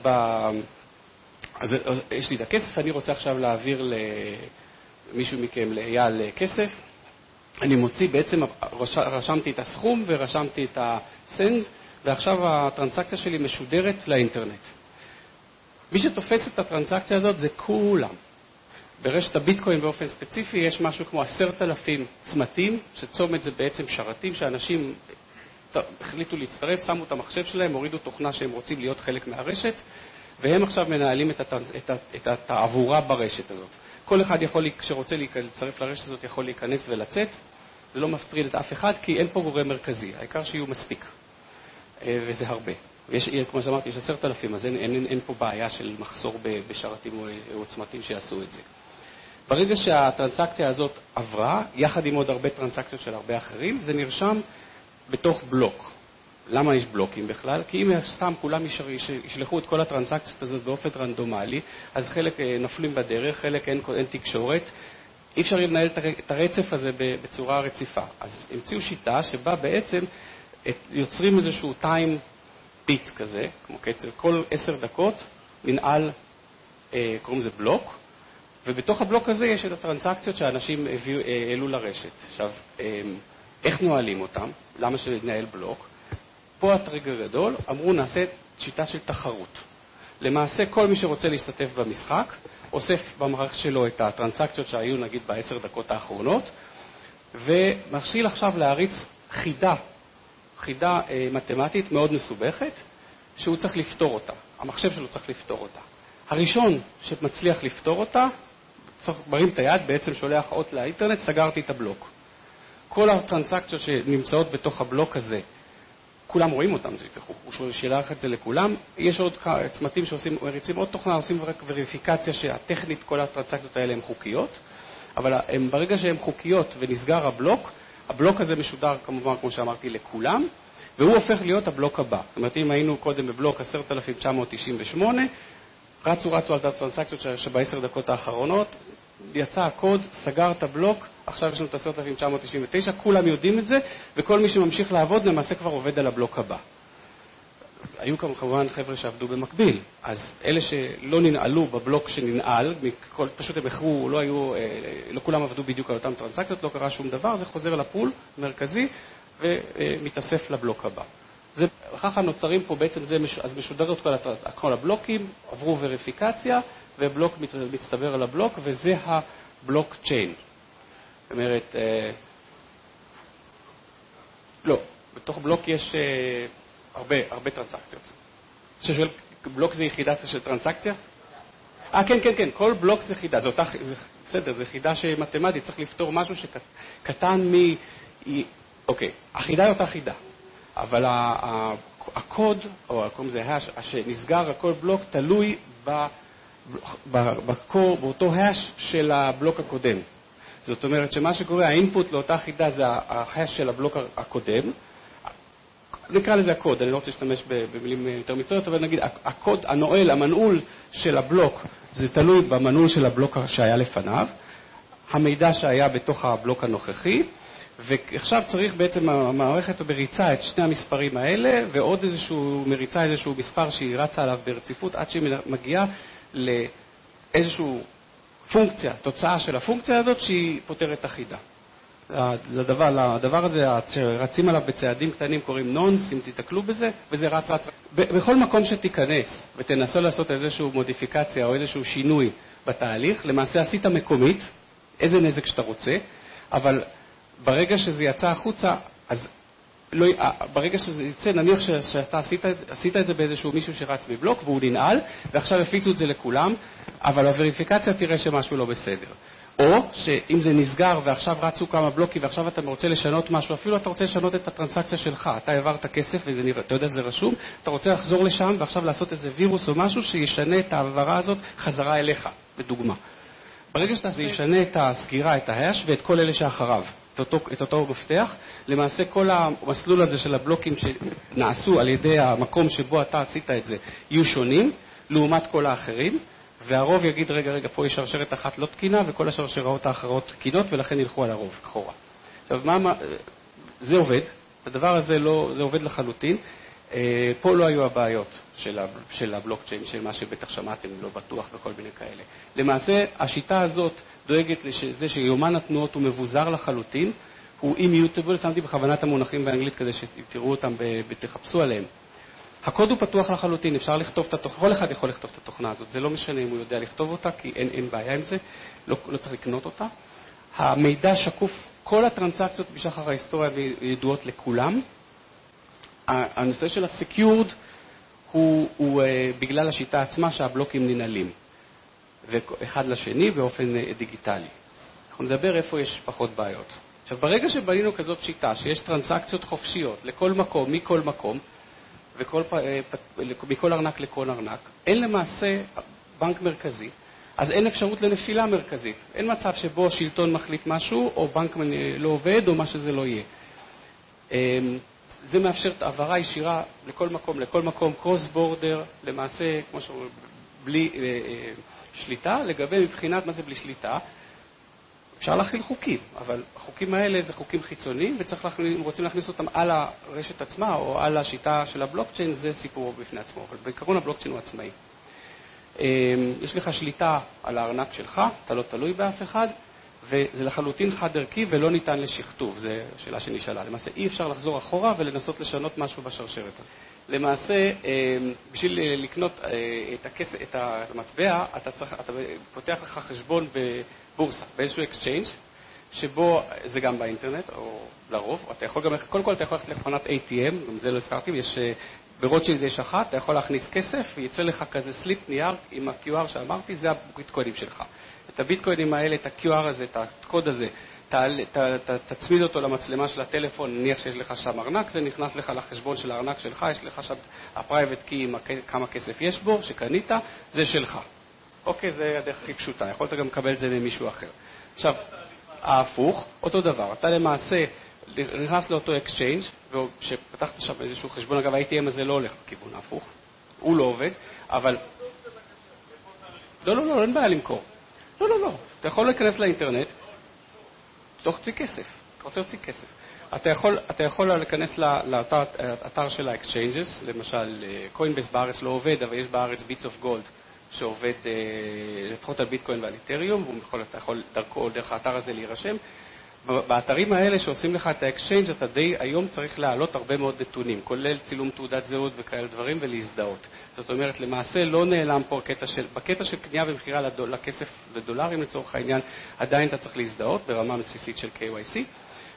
יש לי את הכסף, אני רוצה עכשיו להעביר למישהו מכם, לאייל, כסף. אני מוציא, בעצם רשמתי את הסכום ורשמתי את הסנד, ועכשיו הטרנסקציה שלי משודרת לאינטרנט. מי שתופס את הטרנסקציה הזאת זה כולם. ברשת הביטקוין באופן ספציפי יש משהו כמו 10,000 צמתים, שצומת זה בעצם שרתים שאנשים החליטו להצטרף, שמו את המחשב שלהם, הורידו תוכנה שהם רוצים להיות חלק מהרשת, והם עכשיו מנהלים את העבורה ברשת הזאת. כל אחד שרוצה להצטרף לרשת הזאת יכול להיכנס ולצאת, זה לא מפטריד את אף אחד כי אין פה גורם מרכזי, העיקר שיהיו מספיק. וזה הרבה. כמו שאמרתי, יש 10,000, אז אין פה בעיה של מחסור בשרתים או צמתים שיעשו את זה. ברגע שהטרנסקציה הזאת עברה, יחד עם עוד הרבה טרנסקציות של הרבה אחרים, זה נרשם בתוך בלוק. למה יש בלוקים בכלל? כי אם סתם כולם ישלחו את כל הטרנסקציות הזאת באופן רנדומלי, אז חלק נפלים בדרך, חלק אין תקשורת, אי אפשר לנהל את הרצף הזה בצורה רציפה. אז המציאו שיטה שבה בעצם יוצרים איזשהו time bit כזה, כמו קצב, כל 10 דקות ננעל, קוראים לזה בלוק, ובתוך הבלוק הזה יש את הטרנסקציות שהאנשים העלו לרשת. עכשיו, איך נועלים אותם? למה שננהל בלוק? פה הטריגר גדול, אמרו נעשה שיטה של תחרות. למעשה כל מי שרוצה להשתתף במשחק, אוסף במערכת שלו את הטרנסקציות שהיו נגיד ב10 דקות האחרונות, ומכשיל עכשיו להריץ חידה מתמטית מאוד מסובכת, שהוא צריך לפתור אותה. המחשב שלו צריך לפתור אותה. הראשון שמצליח לפתור אותה, מרים את היד, בעצם שולח אות לאינטרנט, סגרתי את הבלוק. כל הטרנסקציות שנמצאות בתוך הבלוק הזה, כולם רואים אותם, הוא שילח את זה לכולם. יש עוד צמתים שמריצים עוד תוכנה, עושים רק וריפיקציה שהטכנית כל הטרנסקציות האלה הן חוקיות, אבל ברגע שהן חוקיות ונסגר הבלוק הזה משודר כמובן, כמו שאמרתי, לכולם, והוא הופך להיות הבלוק הבא. זאת אומרת, אם היינו קודם בבלוק 10,998, רצו על הטרנסקציות שב10 דקות האחרונות, יצא הקוד, סגר את הבלוק, עכשיו יש לנו את 10,999, כולם יודעים את זה, וכל מי שממשיך לעבוד למעשה כבר עובד על הבלוק הבא. היו כמובן חבר'ה שעבדו במקביל, אז אלה שלא ננעלו בבלוק שננעל, פשוט הם בחרו, לא כולם עבדו בדיוק על אותם טרנסקציות, לא קרה שום דבר, זה חוזר לפול מרכזי ומתאסף לבלוק הבא. וככה נוצרים פה בעצם זה, אז משודרות כל הבלוקים, עברו וריפיקציה, ובלוק מצטבר על הבלוק, וזה הבלוק צ'יין. זאת אומרת, לא, בתוך בלוק יש הרבה טרנסקציות. ששואל, בלוק זה יחידה של טרנסקציה? כן, כל בלוק זה יחידה, בסדר, זה יחידה שמתמטית, צריך לפתור משהו שקטן אוקיי, החידה היא אותה חידה, אבל הקוד, או קוראים לזה האש, שנסגר על כל בלוק, תלוי באותו האש של הבלוק הקודם. זאת אומרת שמה שקורה, האינפוט לאותה חידה זה ההאש של הבלוק הקודם, נקרא לזה הקוד, אני לא רוצה להשתמש במילים יותר מצויות, אבל נגיד, הקוד, המנעול של הבלוק, זה תלוי במנעול של הבלוק שהיה לפניו, המידע שהיה בתוך הבלוק הנוכחי, ועכשיו צריך בעצם המערכת בריצה את שני המספרים האלה, ועוד מריצה איזשהו מספר שהיא רצה עליו ברציפות, עד שהיא מגיעה לאיזשהו פונקציה, תוצאה של הפונקציה הזאת, שהיא פותרת החידה. לדבר הזה, שרצים עליו בצעדים קטנים, קוראים נונס, אם תתקלו בזה, וזה רץ. בכל מקום שתיכנס ותנסה לעשות איזושהי מודיפיקציה או איזשהו שינוי בתהליך, למעשה עשית מקומית, איזה נזק שאתה רוצה, אבל ברגע שזה יצא החוצה, אז ברגע שזה יצא, נניח שאתה עשית את זה באיזשהו מישהו שרץ בבלוק והוא ננעל, ועכשיו הפיצו את זה לכולם, אבל בווריפיקציה תראה שמשהו לא בסדר. או שאם זה נסגר ועכשיו רצו כמה בלוקים ועכשיו אתה רוצה לשנות משהו, אפילו אתה רוצה לשנות את הטרנסקציה שלך, אתה העברת כסף ואתה יודע שזה רשום, אתה רוצה לחזור לשם ועכשיו לעשות איזה וירוס או משהו שישנה את העברה הזאת חזרה אליך, בדוגמה. ברגע שזה ישנה את הסגירה, את ההש ואת כל אלה שאחריו, את אותו מפתח, למעשה כל המסלול הזה של הבלוקים שנעשו על ידי המקום שבו אתה עשית את זה, יהיו שונים לעומת כל האחרים, והרוב יגיד, רגע, פה יש שרשרת אחת לא תקינה, וכל השרשרות האחרות תקינות, ולכן ילכו על הרוב, אחורה. עכשיו, זה עובד, הדבר הזה זה עובד לחלוטין. פה לא היו הבעיות של הבלוקצ'יין, של מה שבטח שמעתם, לא בטוח וכל מיני כאלה. למעשה, השיטה הזאת דואגת לזה שיומן התנועות הוא מבוזר לחלוטין, הוא immutable, שמתי בכוונת המונחים באנגלית כדי שתראו אותם ותחפשו עליהם. הקוד הוא פתוח לחלוטין, אפשר לכתוב את התוכנה, כל אחד יכול לכתוב את התוכנה הזאת, זה לא משנה אם הוא יודע לכתוב אותה, כי אין בעיה עם זה, לא צריך לקנות אותה. המידע שקוף, כל הטרנסקציות בשחר ההיסטוריה ידועות לכולם. הנושא של ה-secured הוא בגלל השיטה עצמה שהבלוקים ננעלים, ואחד לשני באופן דיגיטלי. אנחנו נדבר איפה יש פחות בעיות. עכשיו, ברגע שבנינו כזאת שיטה, שיש טרנסקציות חופשיות לכל מקום, מכל מקום, מכל ארנק לכל ארנק, אין למעשה בנק מרכזי, אז אין אפשרות לנפילה מרכזית. אין מצב שבו שלטון מחליט משהו, או בנק לא עובד, או מה שזה לא יהיה. זה מאפשר העברה ישירה לכל מקום, קרוס בורדר, למעשה, כמו שאומרים, בלי שליטה. לגבי מבחינת מה זה בלי שליטה, אפשר להכיל חוקים, אבל החוקים האלה זה חוקים חיצוניים, אם רוצים להכניס אותם על הרשת עצמה או על השיטה של הבלוקצ'יין, זה סיפור בפני עצמו, אבל בעיקרון הבלוקצ'יין הוא עצמאי. יש לך שליטה על הארנק שלך, אתה לא תלוי באף אחד, וזה לחלוטין חד ערכי ולא ניתן לשכתוב, זו שאלה שנשאלה. למעשה אי אפשר לחזור אחורה ולנסות לשנות משהו בשרשרת הזאת. למעשה, בשביל לקנות את המטבע, אתה פותח לך חשבון בבורסה, באיזשהו exchange, שבו זה גם באינטרנט, או לרוב, אתה יכול גם, קודם כל אתה יכול ללכת לכונת ATM, גם זה לא הזכרתי, ברוטשילד יש אחת, אתה יכול להכניס כסף, וייצא לך כזה סליפ נייר עם ה-QR שאמרתי, זה הביטקוינים שלך. את הביטקוינים האלה, את ה-QR הזה, את הקוד הזה, תצמיד אותו למצלמה של הטלפון, נניח שיש לך שם ארנק, זה נכנס לך לחשבון של הארנק שלך, יש לך שם ה-private key עם כמה כסף יש בו, שקנית, זה שלך. אוקיי, זה הדרך הכי פשוטה, יכולת גם לקבל את זה ממישהו אחר. עכשיו, ההפוך, אותו דבר, אתה למעשה נכנס לאותו exchange, ושפתחת שם איזשהו חשבון, אגב, ה-ATM הזה לא הולך בכיוון ההפוך, הוא לא עובד, אבל... לא, אין בעיה למכור. לא, אתה יכול להיכנס לאינטרנט, אתה רוצה כסף, אתה רוצה להוציא כסף. אתה יכול להיכנס לאתר של ה-exchanges, למשל, Coinbase בארץ לא עובד, אבל יש בארץ Bits of Gold, שעובד לפחות על ביטקוין ועל איתריום, ואתה יכול דרך האתר הזה להירשם. באתרים האלה שעושים לך את האקשיינג' אתה די היום צריך להעלות הרבה מאוד נתונים, כולל צילום תעודת זהות וכאלה דברים ולהזדהות. זאת אומרת, למעשה לא נעלם פה בקטע של קנייה ומחירה לכסף לדולרים לצורך העניין, עדיין אתה צריך להזדהות ברמה בסיסית של KYC,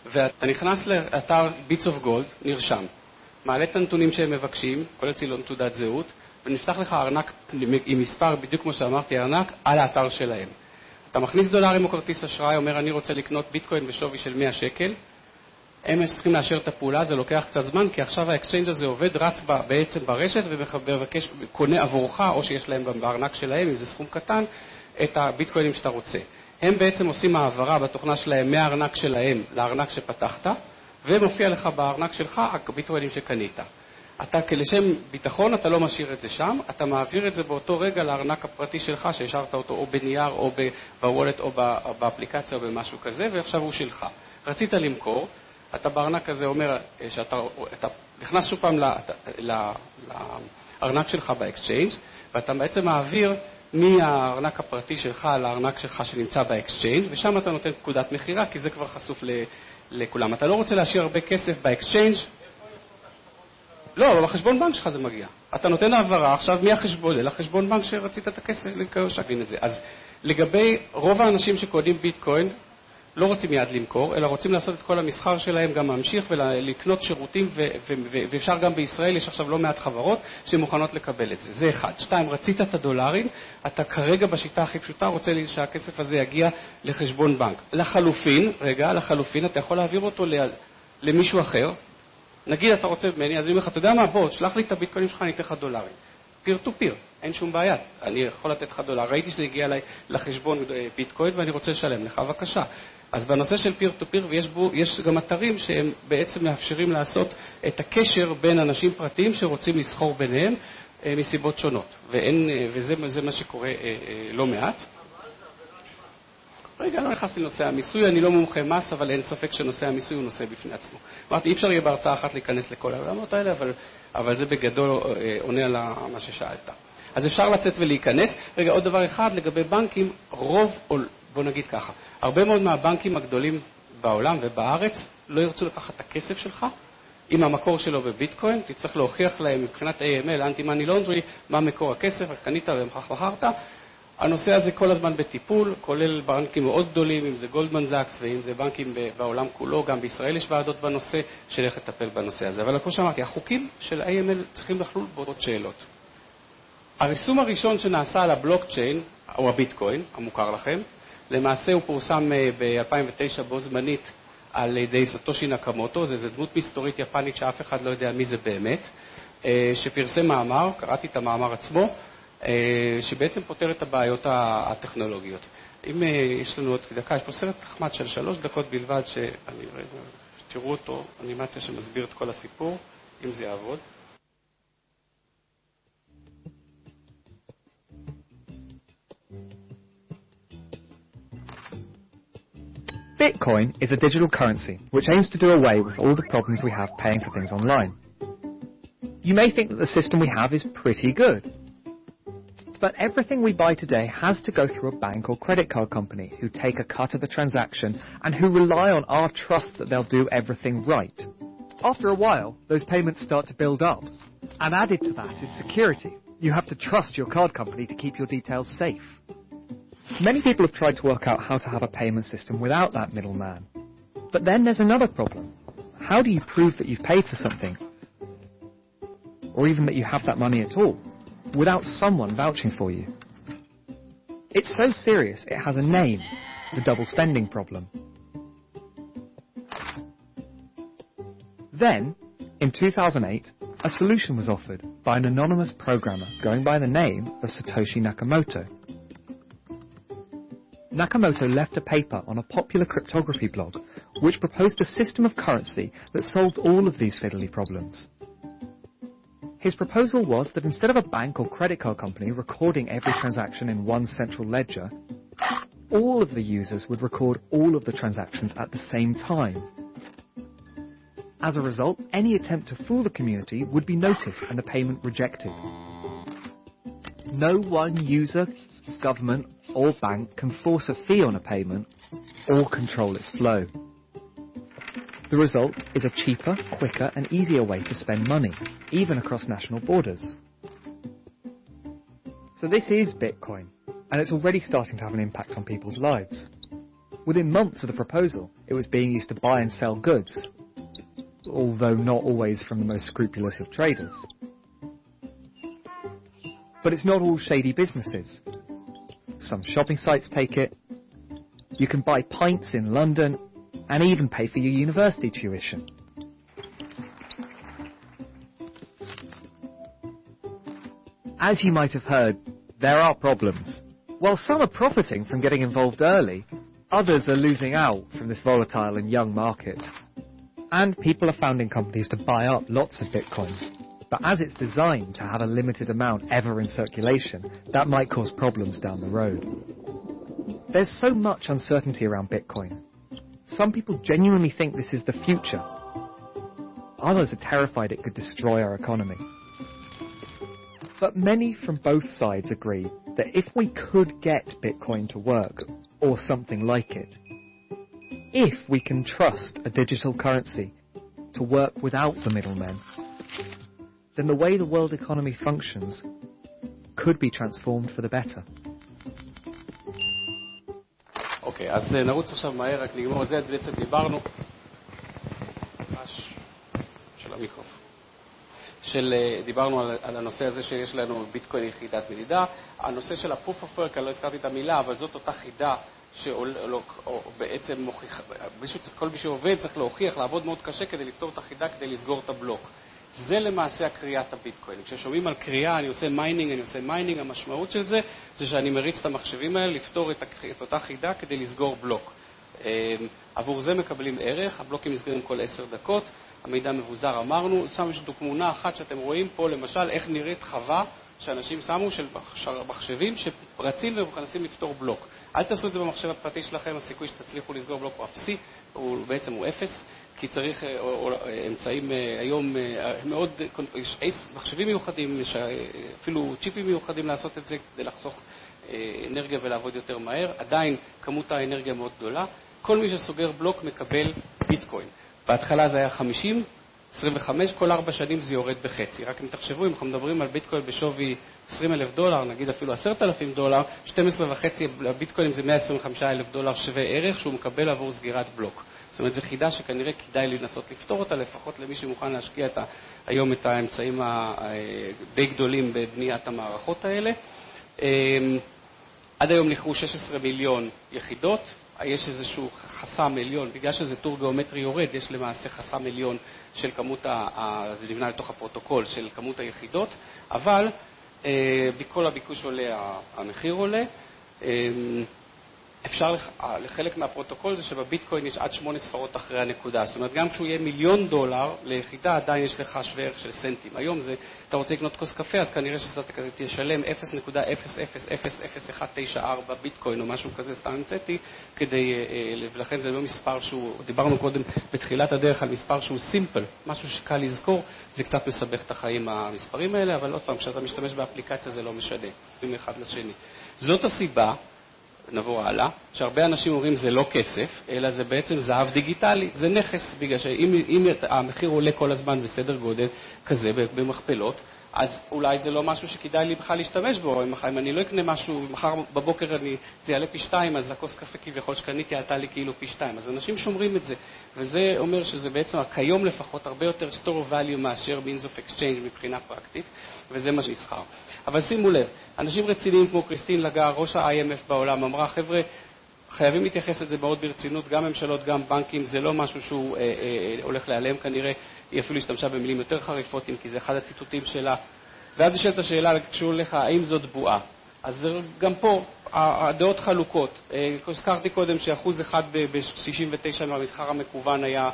ואתה נכנס לאתר Bits of Gold, נרשם, מעלה את הנתונים שהם מבקשים, כולל צילום תעודת זהות, ונפתח לך ארנק עם מספר, בדיוק כמו שאמרתי, ארנק על האתר שלהם. אתה מכניס דולרים או כרטיס אשראי, אומר אני רוצה לקנות ביטקוין בשווי של 100 שקל, הם צריכים לאשר את הפעולה, זה לוקח קצת זמן, כי עכשיו האקסצ'יינג' הזה עובד, רץ בעצם ברשת ומבקש, קונה עבורך, או שיש להם בארנק שלהם, אם זה סכום קטן, את הביטקוינים שאתה רוצה. הם בעצם עושים העברה בתוכנה שלהם מהארנק שלהם לארנק שפתחת, ומופיע לך בארנק שלך הביטקוינים שקנית. אתה לשם ביטחון, אתה לא משאיר את זה שם, אתה מעביר את זה באותו רגע לארנק הפרטי שלך, שהשארת אותו או בנייר, או בוולט, או באפליקציה, או במשהו כזה, ועכשיו הוא שלך. רצית למכור, אתה בארנק הזה אומר שאתה נכנס שוב פעם לארנק שלך באקסצ'יינג', ואתה בעצם מעביר מהארנק הפרטי שלך לארנק שלך שנמצא באקסצ'יינג', ושם אתה נותן פקודת מחירה, כי זה כבר חשוף לכולם. אתה לא רוצה להשאיר הרבה כסף באקסצ'יינג'? לא, אבל בחשבון בנק שלך זה מגיע. אתה נותן העברה עכשיו מהחשבון לחשבון בנק שרצית את הכסף, שבין את זה. אז לגבי רוב האנשים שקונים ביטקוין, לא רוצים מיד למכור, אלא רוצים לעשות את כל המסחר שלהם גם ממשיך ולקנות שירותים, ואפשר גם בישראל, יש עכשיו לא מעט חברות שמוכנות לקבל את זה. זה אחד. 2, רצית את הדולרים, אתה כרגע בשיטה הכי פשוטה רוצה שהכסף הזה יגיע לחשבון בנק. לחלופין, אתה יכול להעביר אותו למישהו אחר. נגיד אתה רוצה ממני, אז אני אומר לך, אתה יודע מה, בוא, שלח לי את הביטקוינים שלך, אני אתן לך דולרים. פיר טו פיר, אין שום בעיה. אני יכול לתת לך דולר. ראיתי שזה הגיע אליי לחשבון ביטקוין ואני רוצה לשלם לך, בבקשה. אז בנושא של פיר טו פיר, ויש גם אתרים שהם בעצם מאפשרים לעשות את הקשר בין אנשים פרטיים שרוצים לסחור ביניהם מסיבות שונות. וזה מה שקורה לא מעט. רגע, לא נכנסתי לנושא המיסוי, אני לא מומחה מס, אבל אין ספק שנושא המיסוי הוא נושא בפני עצמו. אמרתי, אי אפשר יהיה בהרצאה אחת להיכנס לכל העולמות האלה, אבל זה בגדול עונה על מה ששאלת. אז אפשר לצאת ולהיכנס. רגע, עוד דבר אחד, לגבי בנקים, בוא נגיד ככה, הרבה מאוד מהבנקים הגדולים בעולם ובארץ לא ירצו לקחת את הכסף שלך, עם המקור שלו בביטקוין, תצטרך להוכיח להם מבחינת AML, Anti-Money Laundering, מה מקור הכסף, קנית ומכרת. הנושא הזה כל הזמן בטיפול, כולל בנקים מאוד גדולים, אם זה גולדמן זאקס ואם זה בנקים בעולם כולו, גם בישראל יש ועדות בנושא, של איך לטפל בנושא הזה. אבל כמו שאמרתי, החוקים של AML צריכים לכלול בעוד שאלות. הריסום הראשון שנעשה על הבלוקצ'יין, או הביטקוין, המוכר לכם, למעשה הוא פורסם ב-2009 בו זמנית על ידי סטושי נקמוטו, זה דמות מסתורית יפנית שאף אחד לא יודע מי זה באמת, שפרסם מאמר, קראתי את המאמר עצמו, שבעצם פותר את הבעיות הטכנולוגיות. אם יש לנו עוד דקה, יש פה סרט נחמד של 3 דקות בלבד, תראו אותו, אנימציה שמסביר את כל הסיפור, אם זה יעבוד. Bitcoin is a digital currency which aims to do away with all the problems we have paying for things online. You may think that the system we have is pretty good. But everything we buy today has to go through a bank or credit card company who take a cut of the transaction and who rely on our trust that they'll do everything right. After a while, those payments start to build up. And added to that is security. You have to trust your card company to keep your details safe. Many people have tried to work out how to have a payment system without that middleman. But then there's another problem. How do you prove that you've paid for something? Or even that you have that money at all, without someone vouching for you? It's so serious it has a name, the double spending problem. Then, in 2008, a solution was offered by an anonymous programmer going by the name of Satoshi Nakamoto. Nakamoto left a paper on a popular cryptography blog which proposed a system of currency that solved all of these fiddly problems. His proposal was that instead of a bank or credit card company recording every transaction in one central ledger, all of the users would record all of the transactions at the same time. As a result, any attempt to fool the community would be noticed and the payment rejected. No one user, government, or bank can force a fee on a payment or control its flow. The result is a cheaper, quicker and easier way to spend money, even across national borders. So this is Bitcoin, and it's already starting to have an impact on people's lives. Within months of the proposal, it was being used to buy and sell goods, although not always from the most scrupulous of traders. But it's not all shady businesses. Some shopping sites take it. You can buy pints in London and even pay for your university tuition. As you might have heard, there are problems. While some are profiting from getting involved early, others are losing out from this volatile and young market. And people are founding companies to buy up lots of bitcoins. But as it's designed to have a limited amount ever in circulation, that might cause problems down the road. There's so much uncertainty around Bitcoin. Some people genuinely think this is the future. Others are terrified it could destroy our economy. But many from both sides agree that if we could get Bitcoin to work, or something like it, if we can trust a digital currency to work without the middlemen, then the way the world economy functions could be transformed for the better. אוקיי, אז נרוץ עכשיו מהר, רק נגמור את זה, בעצם דיברנו של המיקרופון. דיברנו על הנושא הזה שיש לנו ביטקוין יחידת מדידה. הנושא של ה-proof of work, אני לא הזכרתי את המילה, אבל זאת אותה חידה שבעצם מוכיח, כל מי שעובד צריך להוכיח, לעבוד מאוד קשה כדי לפתור את החידה, כדי לסגור את הבלוק. זה למעשה הקריאת הביטקוין. כששומעים על קריאה, אני עושה מיינינג, המשמעות של זה, זה שאני מריץ את המחשבים האלה לפתור את אותה חידה כדי לסגור בלוק. עבור זה מקבלים ערך, הבלוקים נסגרים כל 10 דקות, המידע מבוזר אמרנו, שם יש תמונה אחת שאתם רואים פה למשל איך נראית חווה שאנשים שמו של מחשבים שרצים ומנסים לפתור בלוק. אל תעשו את זה במחשב הפרטי שלכם, הסיכוי שתצליחו לסגור בלוק הוא אפסי, בעצם הוא אפס, כי צריך אמצעים היום מאוד, יש מחשבים מיוחדים, יש אפילו צ'יפים מיוחדים לעשות את זה כדי לחסוך אנרגיה ולעבוד יותר מהר, עדיין כמות האנרגיה מאוד גדולה, כל מי שסוגר בלוק מקבל ביטקוין. בהתחלה זה היה 50, 25, כל 4 שנים זה יורד בחצי. רק אם תחשבו, אם אנחנו מדברים על ביטקוין בשווי $20,000, נגיד אפילו $10,000, 12.5 הביטקוינים זה $125,000 שווה ערך שהוא מקבל עבור סגירת בלוק. זאת אומרת, זו חידה שכנראה כדאי לנסות לפתור אותה, לפחות למי שמוכן להשקיע היום את האמצעים די גדולים בבניית המערכות האלה. עד היום נכרו 16 מיליון יחידות, יש איזשהו חסם עליון, בגלל שזה טור גיאומטרי יורד, יש למעשה חסם עליון של כמות, זה נבנה לתוך הפרוטוקול של כמות היחידות, אבל בכל הביקוש עולה, המחיר עולה. אפשר, לחלק מהפרוטוקול זה שבביטקוין יש עד 8 ספרות אחרי הנקודה. זאת אומרת, גם כשהוא יהיה $1,000,000 ליחידה, עדיין יש לך שווה ערך של סנטים. היום זה, אתה רוצה לקנות כוס קפה, אז כנראה שאתה תשלם 0.0000194 ביטקוין או משהו כזה, סתם המצאתי, ולכן זה לא מספר שהוא, דיברנו קודם בתחילת הדרך על מספר שהוא סימפל, משהו שקל לזכור, זה קצת מסבך את החיים המספרים האלה, אבל עוד פעם, כשאתה משתמש באפליקציה זה לא משנה, מאחד לשני. זאת הסיבה, נעבור הלאה, שהרבה אנשים אומרים זה לא כסף, אלא זה בעצם זהב דיגיטלי, זה נכס, בגלל שאם המחיר עולה כל הזמן בסדר גודל כזה במכפלות, אז אולי זה לא משהו שכדאי לי בכלל להשתמש בו, אם אני לא אקנה משהו, מחר בבוקר זה יעלה פי 2, אז הכוס קפה כביכול שקניתי עלתה לי כאילו פי 2, אז אנשים שומרים את זה, וזה אומר שזה בעצם כיום לפחות הרבה יותר store of value מאשר means of exchange מבחינה פרקטית, וזה מה שנסחר. אבל שימו לב, אנשים רציניים כמו קריסטין לגר, ראש ה-IMF בעולם, אמרה, חבר'ה, חייבים להתייחס את זה מאוד ברצינות, גם ממשלות, גם בנקים, זה לא משהו שהוא הולך להיעלם כנראה, היא אפילו השתמשה במילים יותר חריפות, כי זה אחד הציטוטים שלה. ואז יש את השאלה, כשהוא לך, האם זאת בועה? אז גם פה, הדעות חלוקות. הזכרתי קודם שאחוז אחד ב-69 מהמסחר המקוון היה,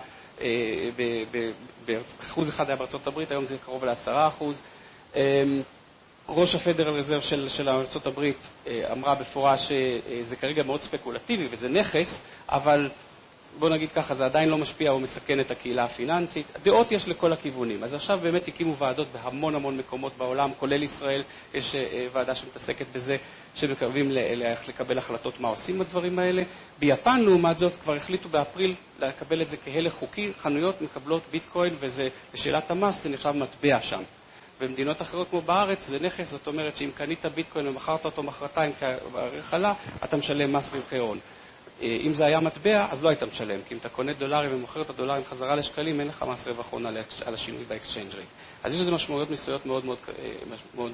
אחוז אחד היה בארצות הברית, היום זה קרוב ל10%. ראש הפדרל רזרב של ארצות הברית אמרה בפורש שזה כרגע מאוד ספקולטיבי וזה נכס, אבל בוא נגיד ככה, זה עדיין לא משפיע או מסכן את הקהילה הפיננסית. דעות יש לכל הכיוונים. אז עכשיו באמת הקימו ועדות בהמון מקומות בעולם, כולל ישראל, יש ועדה שמתעסקת בזה, שמקרבים לקבל החלטות מה עושים בדברים האלה. ביפן, לעומת זאת, כבר החליטו באפריל לקבל את זה כהלך חוקי, חנויות מקבלות ביטקוין, וזה לשאלת המס, זה נחשב מטבע שם. במדינות אחרות כמו בארץ זה נכס, זאת אומרת שאם קנית ביטקוין ומכרת אותו מחרתיים כערך עלה, אתה משלם מס רווחי הון. אם זה היה מטבע, אז לא היית משלם, כי אם אתה קונה דולרים ומוכר את הדולרים חזרה לשקלים, אין לך מס רווח הון על השינוי באקסצ'יינג' רייט. אז יש לזה משמעויות מסוימות מאוד מאוד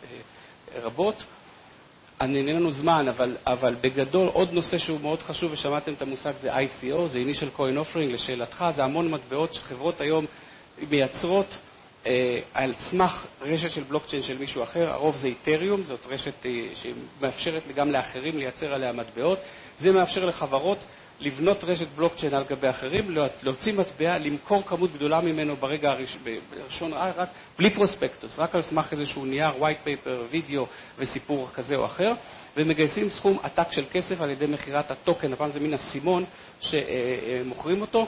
רבות. אין לנו זמן, אבל בגדול עוד נושא שהוא מאוד חשוב, ושמעתם את המושג, זה ICO, זה Initial Coin Offering, לשאלתך, זה המון מטבעות שחברות היום מייצרות על סמך רשת של בלוקצ'יין של מישהו אחר. הרוב זה איתריום, זאת רשת שמאפשרת גם לאחרים לייצר עליה מטבעות. זה מאפשר לחברות לבנות רשת בלוקצ'יין על גבי אחרים, להוציא מטבע, למכור כמות גדולה ממנו ברגע הראשון, רק בלי פרוספקטוס, רק על סמך איזשהו נייר, white paper, וידאו וסיפור כזה או אחר, ומגייסים סכום עתק של כסף על ידי מחירת הטוקן, הפעם זה מין הסימון שמוכרים אותו.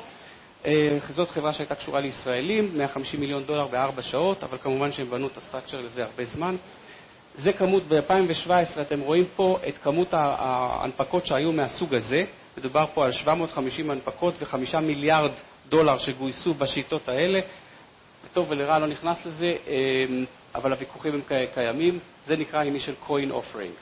זאת חברה שהייתה קשורה לישראלים, $150 מיליון ב4 שעות, אבל כמובן שהם בנו את הסטרקצ'ר לזה הרבה זמן. זה כמות, ב-2017 אתם רואים פה את כמות ההנפקות שהיו מהסוג הזה, מדובר פה על 750 הנפקות ו$5 מיליארד שגויסו בשיטות האלה. טוב ולרע לא נכנס לזה, אבל הוויכוחים הם קיימים. זה נקרא Initial Coin Offering.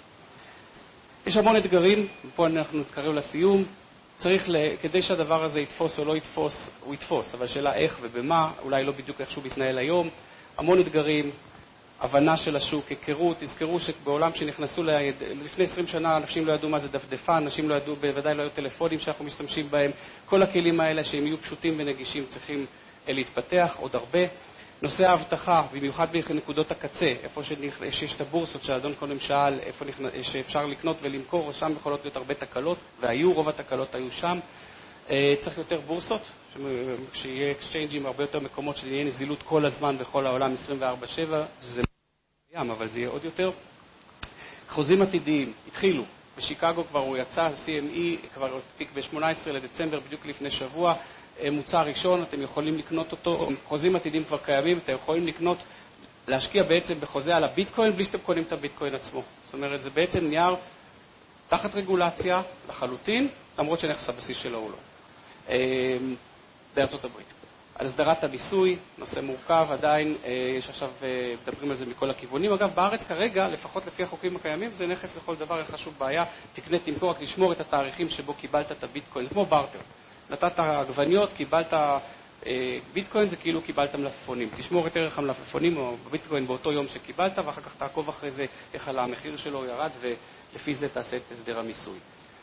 יש המון אתגרים, ופה אנחנו נתקרב לסיום. צריך, כדי שהדבר הזה יתפוס או לא יתפוס, הוא יתפוס, אבל שאלה איך ובמה, אולי לא בדיוק איך שהוא מתנהל היום. המון אתגרים, הבנה של השוק, היכרות. תזכרו שבעולם שנכנסו לפני 20 שנה, אנשים לא ידעו מה זה דפדפן, אנשים לא ידעו, בוודאי לא היו טלפונים שאנחנו משתמשים בהם. כל הכלים האלה שהם יהיו פשוטים ונגישים צריכים להתפתח עוד הרבה. נושא ההבטחה, במיוחד בנקודות הקצה, איפה שיש את הבורסות שהאדון קודם שאל, איפה שאפשר לקנות ולמכור, שם יכולות להיות הרבה תקלות, רוב התקלות היו שם. צריך יותר בורסות, שיהיה אקסצ'יינג'ים הרבה יותר מקומות, שיהיה נזילות כל הזמן בכל העולם 24/7, זה ים, אבל זה יהיה עוד יותר. חוזים עתידיים, התחילו, בשיקגו כבר הוא יצא, CME כבר פיק ב-18 לדצמבר, בדיוק לפני שבוע, מוצר ראשון, אתם יכולים לקנות אותו, חוזים עתידים כבר קיימים, אתם יכולים לקנות, להשקיע בעצם בחוזה על הביטקוין, בלי שאתם קונים את הביטקוין עצמו. זאת אומרת, זה בעצם נייר תחת רגולציה לחלוטין, למרות שנכס הבסיס שלו הוא לא. בארצות הברית. על הסדרת המיסוי, נושא מורכב, עדיין יש עכשיו, מדברים על זה מכל הכיוונים. אגב, בארץ כרגע, לפחות לפי החוקים הקיימים, זה נכס לכל דבר, אין חשוב בעיה, תקנה, תמכור, רק לשמור את התאריכים שבו קיבלת את הביטקוין, זה כמו בארטר. נתת עגבניות, קיבלת ביטקוין, זה כאילו קיבלת מלפפונים. תשמור את ערך המלפפונים או ביטקוין באותו יום שקיבלת, ואחר כך תעקוב אחרי זה איך על המחיר שלו ירד, ולפי זה תעשה את הסדר המיסוי.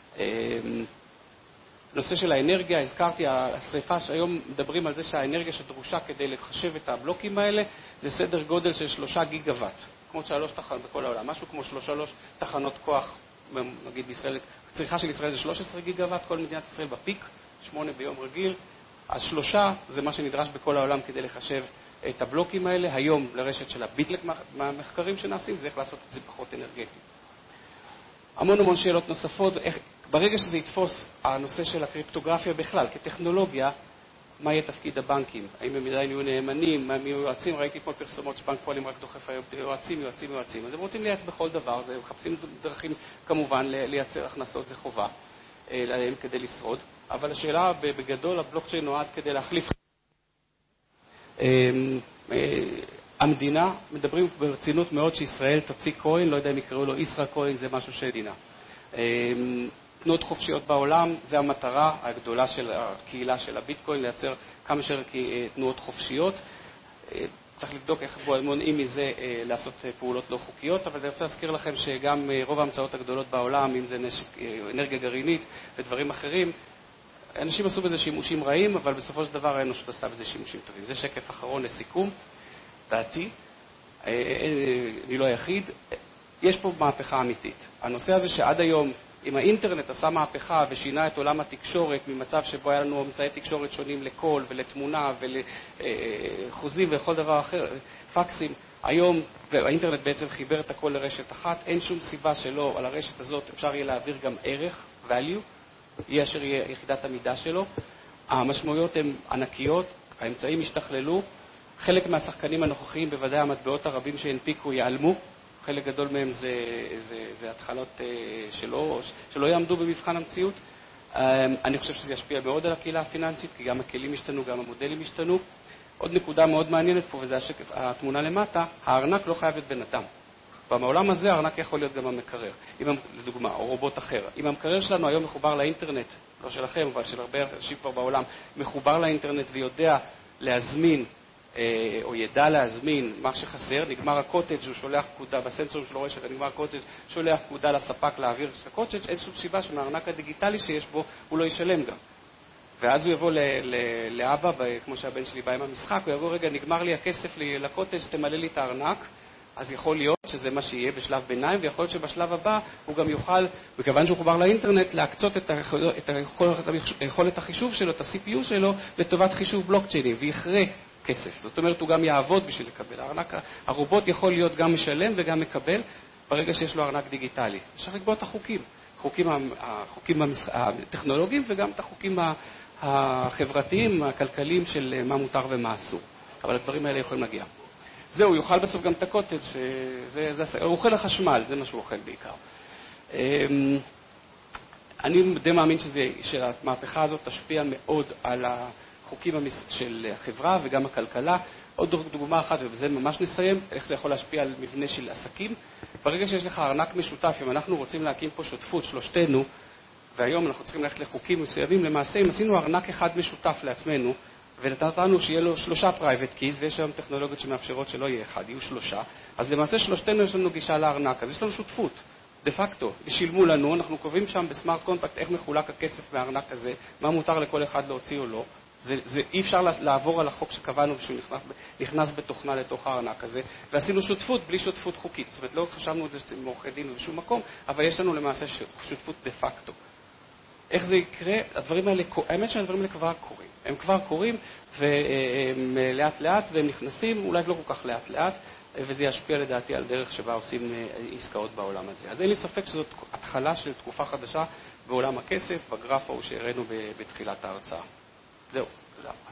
נושא של האנרגיה, הזכרתי, השריפה שהיום מדברים על זה שהאנרגיה שדרושה כדי לחשב את הבלוקים האלה, זה סדר גודל של 3 גיגוואט, כמו 3 תחנות בכל העולם, משהו כמו 3 תחנות כוח, נגיד בישראל, צריכה של ישראל זה 13 גיגוואט, כל מדינת ישראל בפיק, 8 ביום רגיל, אז 3 זה מה שנדרש בכל העולם כדי לחשב את הבלוקים האלה, היום לרשת של הביטלק מהמחקרים שנעשים, זה איך לעשות את זה פחות אנרגטי. המון שאלות נוספות, ברגע שזה יתפוס הנושא של הקריפטוגרפיה בכלל, כטכנולוגיה, מה יהיה תפקיד הבנקים? האם הם עדיין יהיו נאמנים? מה הם יהיו יועצים? ראיתי פה פרסומות שבנק פועלים רק דוחף היום יועצים. אז הם רוצים לייעץ בכל דבר, והם מחפשים דרכים כמובן לייצר הכנסות, זה חובה להם כדי לשרוד. אבל השאלה בגדול, הבלוקצ'יין נועד כדי להחליף. המדינה, מדברים ברצינות מאוד שישראל תוציא קוין, לא יודע אם יקראו לו ישרא קוין, זה משהו שדינה. תנועות חופשיות בעולם, זה המטרה הגדולה של הקהילה של הביטקוין, לייצר כמה שיותר תנועות חופשיות. צריך לבדוק איך מונעים מזה לעשות פעולות לא חוקיות, אבל אני רוצה להזכיר לכם שגם רוב ההמצאות הגדולות בעולם, אם זה אנרגיה גרעינית ודברים אחרים, אנשים עשו בזה שימושים רעים, אבל בסופו של דבר האנושות עשתה בזה שימושים טובים. זה שקף אחרון לסיכום, דעתי, אני לא היחיד, יש פה מהפכה אמיתית. הנושא הזה שעד היום, אם האינטרנט עשה מהפכה ושינה את עולם התקשורת ממצב שבו היה לנו אמצעי תקשורת שונים לקול ולתמונה ולחוזים וכל דבר אחר, פקסים, היום, והאינטרנט בעצם חיבר את הכל לרשת אחת, אין שום סיבה שלא על הרשת הזאת אפשר יהיה להעביר גם ערך, value, יהיה אשר יהיה יחידת המידה שלו. המשמעויות הן ענקיות, האמצעים השתכללו, חלק מהשחקנים הנוכחיים, בוודאי המטבעות הרבים שהנפיקו, ייעלמו, חלק גדול מהם זה התחלות שלא יעמדו במבחן המציאות. אני חושב שזה ישפיע מאוד על הקהילה הפיננסית, כי גם הכלים השתנו, גם המודלים השתנו. עוד נקודה מאוד מעניינת פה, וזה התמונה למטה, הארנק לא חייב להיות בן אדם. בעולם הזה הארנק יכול להיות גם המקרר, לדוגמה, או רובוט אחר. אם המקרר שלנו היום מחובר לאינטרנט, לא שלכם, אבל של הרבה אנשים כבר בעולם, מחובר לאינטרנט ויודע להזמין, או ידע להזמין מה שחסר, נגמר הקוטג' הוא שולח פקודה, בסנסורים שלו רואה שנגמר הקוטג' שולח פקודה לספק להעביר את הקוטג', אין שום סיבה שמהארנק הדיגיטלי שיש בו הוא לא ישלם גם. ואז הוא יבוא לאבא, כמו שהבן שלי בא עם המשחק, הוא יבוא, רגע, נגמר לי הכסף לקוטג', תמלא לי את הארנק, אז יכול להיות שזה מה שיהיה בשלב ביניים, ויכול להיות שבשלב הבא הוא גם יוכל, בכיוון שהוא חובר לאינטרנט, להקצות את היכולת החישוב שלו, את ה-CPU שלו, לטובת חישוב בלוקצ'יינים, ויחרה כסף. זאת אומרת, הוא גם יעבוד בשביל לקבל. הרובוט יכול להיות גם משלם וגם מקבל, ברגע שיש לו ארנק דיגיטלי. אפשר לקבוע את החוקים. החוקים הטכנולוגיים וגם את החוקים החברתיים, הכלכליים של מה מותר ומה אסור. אבל הדברים האלה יכולים להגיע. זהו, הוא יאכל בסוף גם את הקוטג', הוא אוכל החשמל, זה מה שהוא אוכל בעיקר. אני די מאמין שהמהפכה הזאת תשפיע מאוד על החוקים של החברה וגם הכלכלה. עוד דוגמה אחת, ובזה ממש נסיים, איך זה יכול להשפיע על מבנה של עסקים. ברגע שיש לך ארנק משותף, אם אנחנו רוצים להקים פה שותפות, שלושתנו, והיום אנחנו צריכים ללכת לחוקים מסוימים, למעשה אם עשינו ארנק אחד משותף לעצמנו, ונתנו שיהיה לו 3 private keys, ויש היום טכנולוגיות שמאפשרות שלא יהיה אחד, יהיו 3, אז למעשה שלושתנו יש לנו גישה לארנק, אז יש לנו שותפות, דה פקטו, שילמו לנו, אנחנו קובעים שם בסמארט קונטרקט איך מחולק הכסף מהארנק הזה, מה מותר לכל אחד להוציא או לא, אי אפשר לעבור על החוק שקבענו שהוא נכנס בתוכנה לתוך הארנק הזה, ועשינו שותפות בלי שותפות חוקית, זאת אומרת לא חשבנו את זה מעורכי דין בשום מקום, אבל יש לנו למעשה שותפות דה פקטו. איך זה יקרה? הדברים האלה, האמת שהדברים האלה כבר קורים. הם כבר קורים, והם לאט לאט, והם נכנסים, אולי לא כל כך לאט לאט, וזה ישפיע לדעתי על דרך שבה עושים עסקאות בעולם הזה. אז אין לי ספק שזאת התחלה של תקופה חדשה בעולם הכסף, בגרף ההוא שהראינו בתחילת ההרצאה. זהו, תודה.